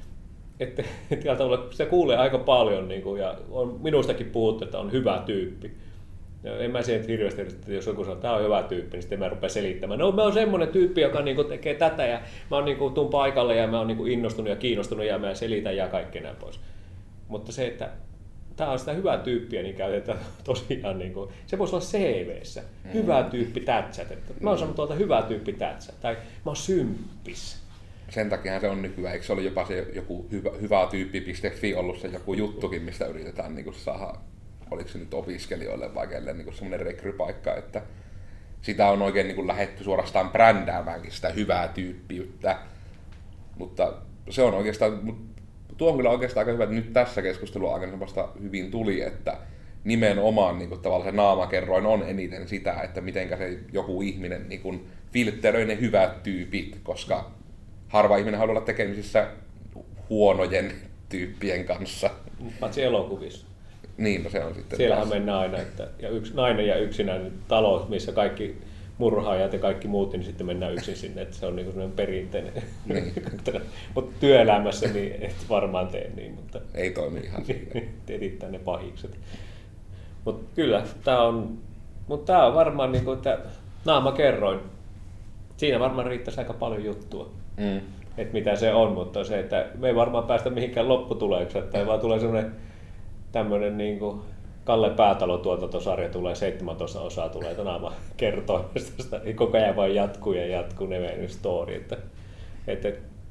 et, et, se kuulee aika paljon niin kuin, ja on minustakin puhuttu, että on hyvä tyyppi. Ja en mä siihen hirveästi, että jos joku sanoo, että tämä on hyvä tyyppi, niin sitten mä rupean selittämään. No mä oon semmoinen tyyppi, joka niin kuin, tekee tätä ja mä oon niin kuin, tuun paikalle ja mä oon niin kuin, innostunut ja kiinnostunut ja mä selitän ja kaikkea näin pois. Mutta se, että tämä on sitä hyvää tyyppiä, niin käytetään tosiaan, niin kuin, se voisi olla C V:ssä. Hyvä tyyppi tätsät. Että mä oon sanonut tuolta hyvä tyyppi tätsät. Tai mä oon symppis. Sen takia se on nykyään. Eikö se ole jopa se joku hyvä, hyvä tyyppi piste fi ollut se joku juttukin, mistä yritetään niin kuin saada, oliko se nyt opiskelijoille vai kelle niin semmoinen rekrypaikka, että sitä on oikein niin kuin lähdetty suorastaan brändäämäänkin sitä hyvää tyyppiyttä. Mutta se on oikeastaan, tuo on kyllä oikeastaan aika hyvä, että nyt tässä keskustelun aikana vasta hyvin tuli, että nimenomaan niin kuin, tavallaan se naamakerroin on eniten sitä, että mitenkä se joku ihminen niin kuin, filtteröi ne hyvät tyypit, koska harva ihminen haluaa olla tekemisissä huonojen tyyppien kanssa. Paitsi elokuvissa. Niin, no se on sitten Siellähän taas. mennään aina, että ja yksi, nainen ja yksinäinen talo, missä kaikki murhaajat ja kaikki muut, niin sitten mennään yksin sinne, että se on niin sellainen perinteinen. Niin. Mutta työelämässä niin et varmaan tee niin, mutta Ei toimi ihan siinä. edittää ne pahikset. Mutta kyllä, tämä on, mut tää on varmaan niin kuin, että naama kerroin. Siinä varmaan riittäisi aika paljon juttua, Mm. että mitä se on, mutta se, että me ei varmaan päästä mihinkään lopputuleeksi, tai vaan tulee semmoinen tämmöinen niin kuin Kalle Päätalon tuotantosarja tulee, seitsemäntoista osaa tulee naama kertoimesta, koko ajan vaan jatkuu ja jatkuu ne story. Että, että,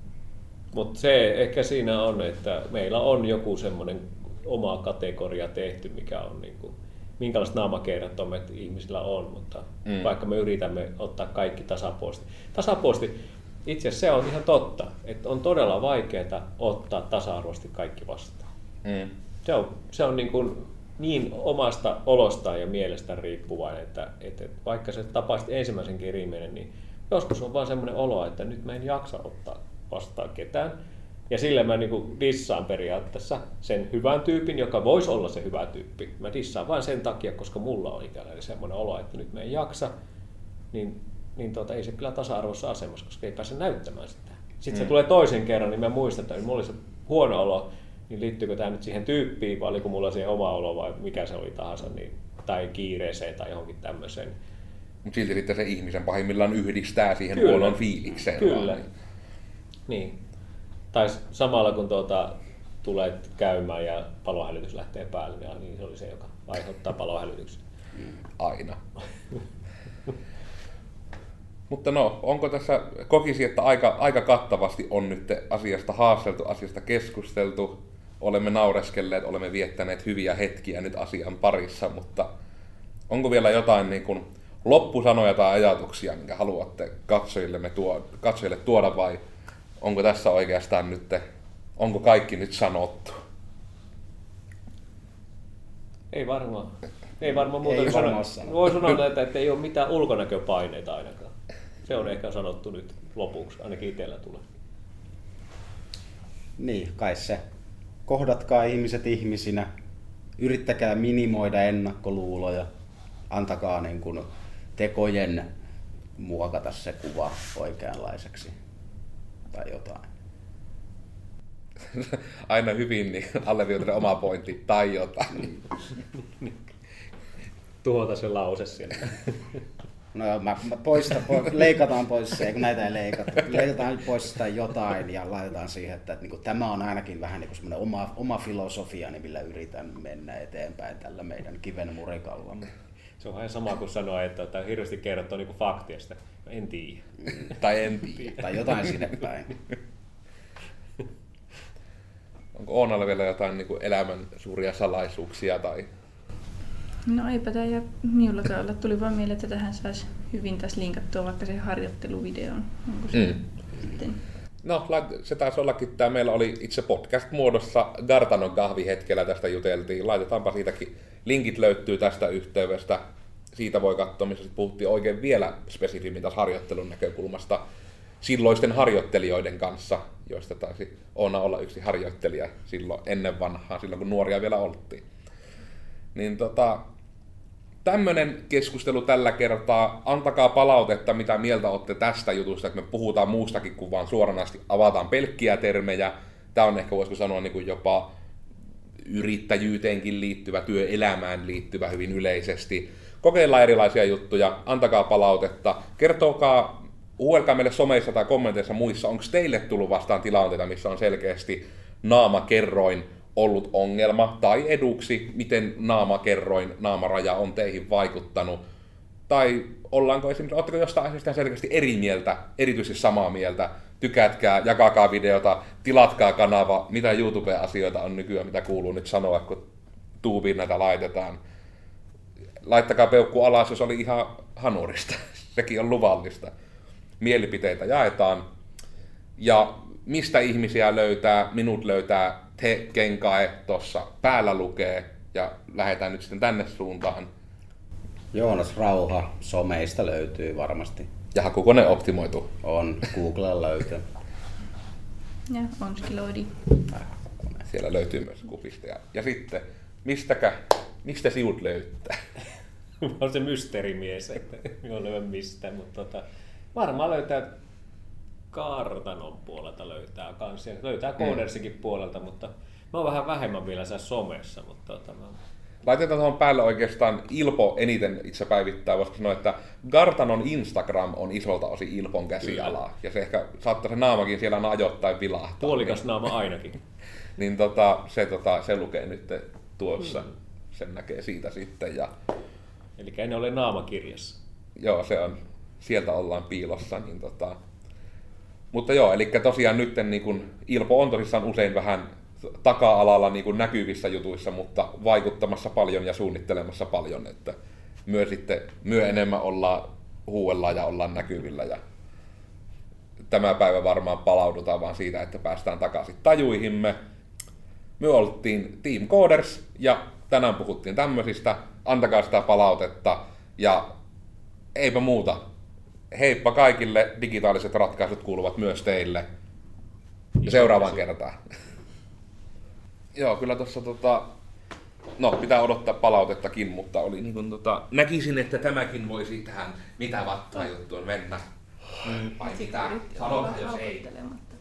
mutta se ehkä siinä on, että meillä on joku semmoinen oma kategoria tehty, mikä on niin kuin, minkälaiset naamakertoimet ihmisillä on, mutta mm. vaikka me yritämme ottaa kaikki tasapuolisesti. Tasapuolisesti itse asiassa se on ihan totta, että on todella vaikeaa ottaa tasa-arvoisesti kaikki vastaan. Mm. Se on, se on niin, kuin niin omasta olostaan ja mielestä riippuvainen, että, että vaikka se tapaisit ensimmäisen kirjimenen, niin joskus on vaan semmoinen olo, että nyt mä en jaksa ottaa vastaan ketään. Ja sillä mä niin kuin dissaan periaatteessa sen hyvän tyypin, joka voisi olla se hyvä tyyppi. Mä dissaan vain sen takia, koska mulla on ikään semmoinen olo, että nyt mä en jaksa, niin, niin tuota, ei se kyllä tasa-arvoisessa asemassa, koska ei pääse näyttämään sitä. Sitten mm. se tulee toisen kerran, niin mä muistan, että mulla oli se huono olo, niin liittyykö tämä nyt siihen tyyppiin, vai oliko mulla siihen oma olo, vai mikä se oli tahansa, niin, tai kiireeseen tai johonkin tämmöiseen. Mutta silti sitten se ihmisen pahimmillaan yhdistää siihen Kyllä. huonon fiilikseen. Kyllä. Vaan, niin. Niin. Tai samalla kun tuota, tulet käymään ja palohälytys lähtee päälle, niin se oli se, joka aiheuttaa palohälytyksen. Aina. Mutta no, onko tässä, kokisi, että aika, aika kattavasti on nyt asiasta haasteltu, asiasta keskusteltu, olemme naureskelleet, olemme viettäneet hyviä hetkiä nyt asian parissa, mutta onko vielä jotain niin kuin loppusanoja tai ajatuksia, minkä haluatte katsojille, tuo, katsojille tuoda, vai onko tässä oikeastaan nyt, onko kaikki nyt sanottu? Ei varmaan. Ei varmaan muuta. Ei varmaan sanoa. Voi sanoa, että, että ei ole mitään ulkonäköpaineita ainakaan. Se on ehkä sanottu nyt lopuksi, ainakin itsellä tulee. Niin, kai se. Kohdatkaa ihmiset ihmisinä, yrittäkää minimoida ennakkoluuloja, antakaa niin kuin tekojen muokata se kuva oikeanlaiseksi tai jotain. Aina hyvin niin alleviivata oma pointti tai jotain. Tuhota se lause siellä. No joo, mä, mä poista, po, leikataan pois se, kun näitä ei leikata. Leikataan pois sitä jotain ja laitetaan siihen, että, että niin kuin, tämä on ainakin vähän niin kuin semmoinen oma, oma filosofia, niin millä yritän mennä eteenpäin tällä meidän kiven murikalla. Se on ihan sama kuin sanoa, että, että hirveästi kerrottua niin faktia, sitä en tiedä. Mm, tai en tiedä. Tai jotain sinne päin. Onko Oonalle vielä jotain niin kuin elämän suuria salaisuuksia? Tai... No eipä tämä ja minullakaan olla. Tuli vaan mieleen, että tähän saisi hyvin taas linkattua vaikka se harjoitteluvideon. Onko se Mm. sitten? No, se taisi ollakin, tämä meillä oli itse podcast-muodossa Gartanon kahvihetkellä tästä juteltiin. Laitetaanpa siitäkin. Linkit löytyy tästä yhteydestä. Siitä voi katsoa, missä puhuttiin oikein vielä spesifimmin taas harjoittelun näkökulmasta silloisten harjoittelijoiden kanssa, joista taisi Oona olla yksi harjoittelija silloin ennen vanhaa, silloin kun nuoria vielä oltiin. Niin tota, tämmönen keskustelu tällä kertaa. Antakaa palautetta, mitä mieltä olette tästä jutusta, että me puhutaan muustakin kuin vaan suoranaisesti avataan pelkkiä termejä. Tämä on ehkä, voisiko sanoa, niin kuin jopa yrittäjyyteenkin liittyvä, työelämään liittyvä hyvin yleisesti. Kokeillaan erilaisia juttuja, antakaa palautetta, kertokaa, huuelkaa meille someissa tai kommenteissa muissa, onko teille tullut vastaan tilanteita, missä on selkeästi naamakerroin ollut ongelma, tai eduksi, miten naamakerroin, naamaraja on teihin vaikuttanut, tai ollaanko esimerkiksi, oletteko jostain asiasta selkeästi eri mieltä, erityisesti samaa mieltä, tykätkää, jakakaa videota, tilatkaa kanava, mitä YouTube-asioita on nykyään, mitä kuuluu nyt sanoa, kun tuubiin näitä laitetaan. Laittakaa peukku alas, jos oli ihan hanurista, sekin on luvallista. Mielipiteitä jaetaan, ja mistä ihmisiä löytää, minut löytää Te Kenkae tuossa päällä lukee, ja lähdetään nyt sitten tänne suuntaan. Joonas Rauha someista löytyy varmasti. Ja hakukone optimoitu. On, Googlella löytyy. Ja Onskiloidi. Siellä löytyy myös kupista. Ja, ja sitten, mistäkä, mistä sinut löytää? Mä oon se mysteerimies, että minä löydän mistä, mutta tota, varmaan löytää kartanon puolelta löytää kans. Löytää Koodersikin mm. puolelta, mutta mä oon vähän vähemmän vielä siellä somessa. Mutta tota, mä... Laitetaan tuohon päälle oikeastaan Ilpo eniten itse päivittää, voisiko sanoa, että Gartanon Instagram on isolta osin Ilpon käsialaa. Kyllä. Ja se ehkä saattaa se naamakin siellä aina ajoittain vilahtaa. Puolikas niin, naama ainakin. niin tota, se, tota, se lukee nyt tuossa. Mm. Sen näkee siitä sitten. Ja... Eli ei ne ole naamakirjassa. Joo, se on. Sieltä ollaan piilossa. Niin tota... Mutta joo, eli tosiaan nyt niin kun Ilpo on tosissaan usein vähän taka-alalla niin kuin näkyvissä jutuissa, mutta vaikuttamassa paljon ja suunnittelemassa paljon, että myö sitten myö enemmän ollaan huuellaan ja ollaan näkyvillä ja tämä päivä varmaan palaudutaan vaan siitä, että päästään takaisin tajuihimme. Me oltiin Team Coders ja tänään puhuttiin tämmöisistä, antakaa sitä palautetta ja eipä muuta. Heippa kaikille, digitaaliset ratkaisut kuuluvat myös teille. Ja seuraavaan kertaan. Joo, kyllä tuossa tota, no pitää odottaa palautettakin, mutta oli niin kuin tota, näkisin, että tämäkin voisi tähän mitä vattaa juttuun mennä. Mm. Vai mitä? Sanotaan jos ei.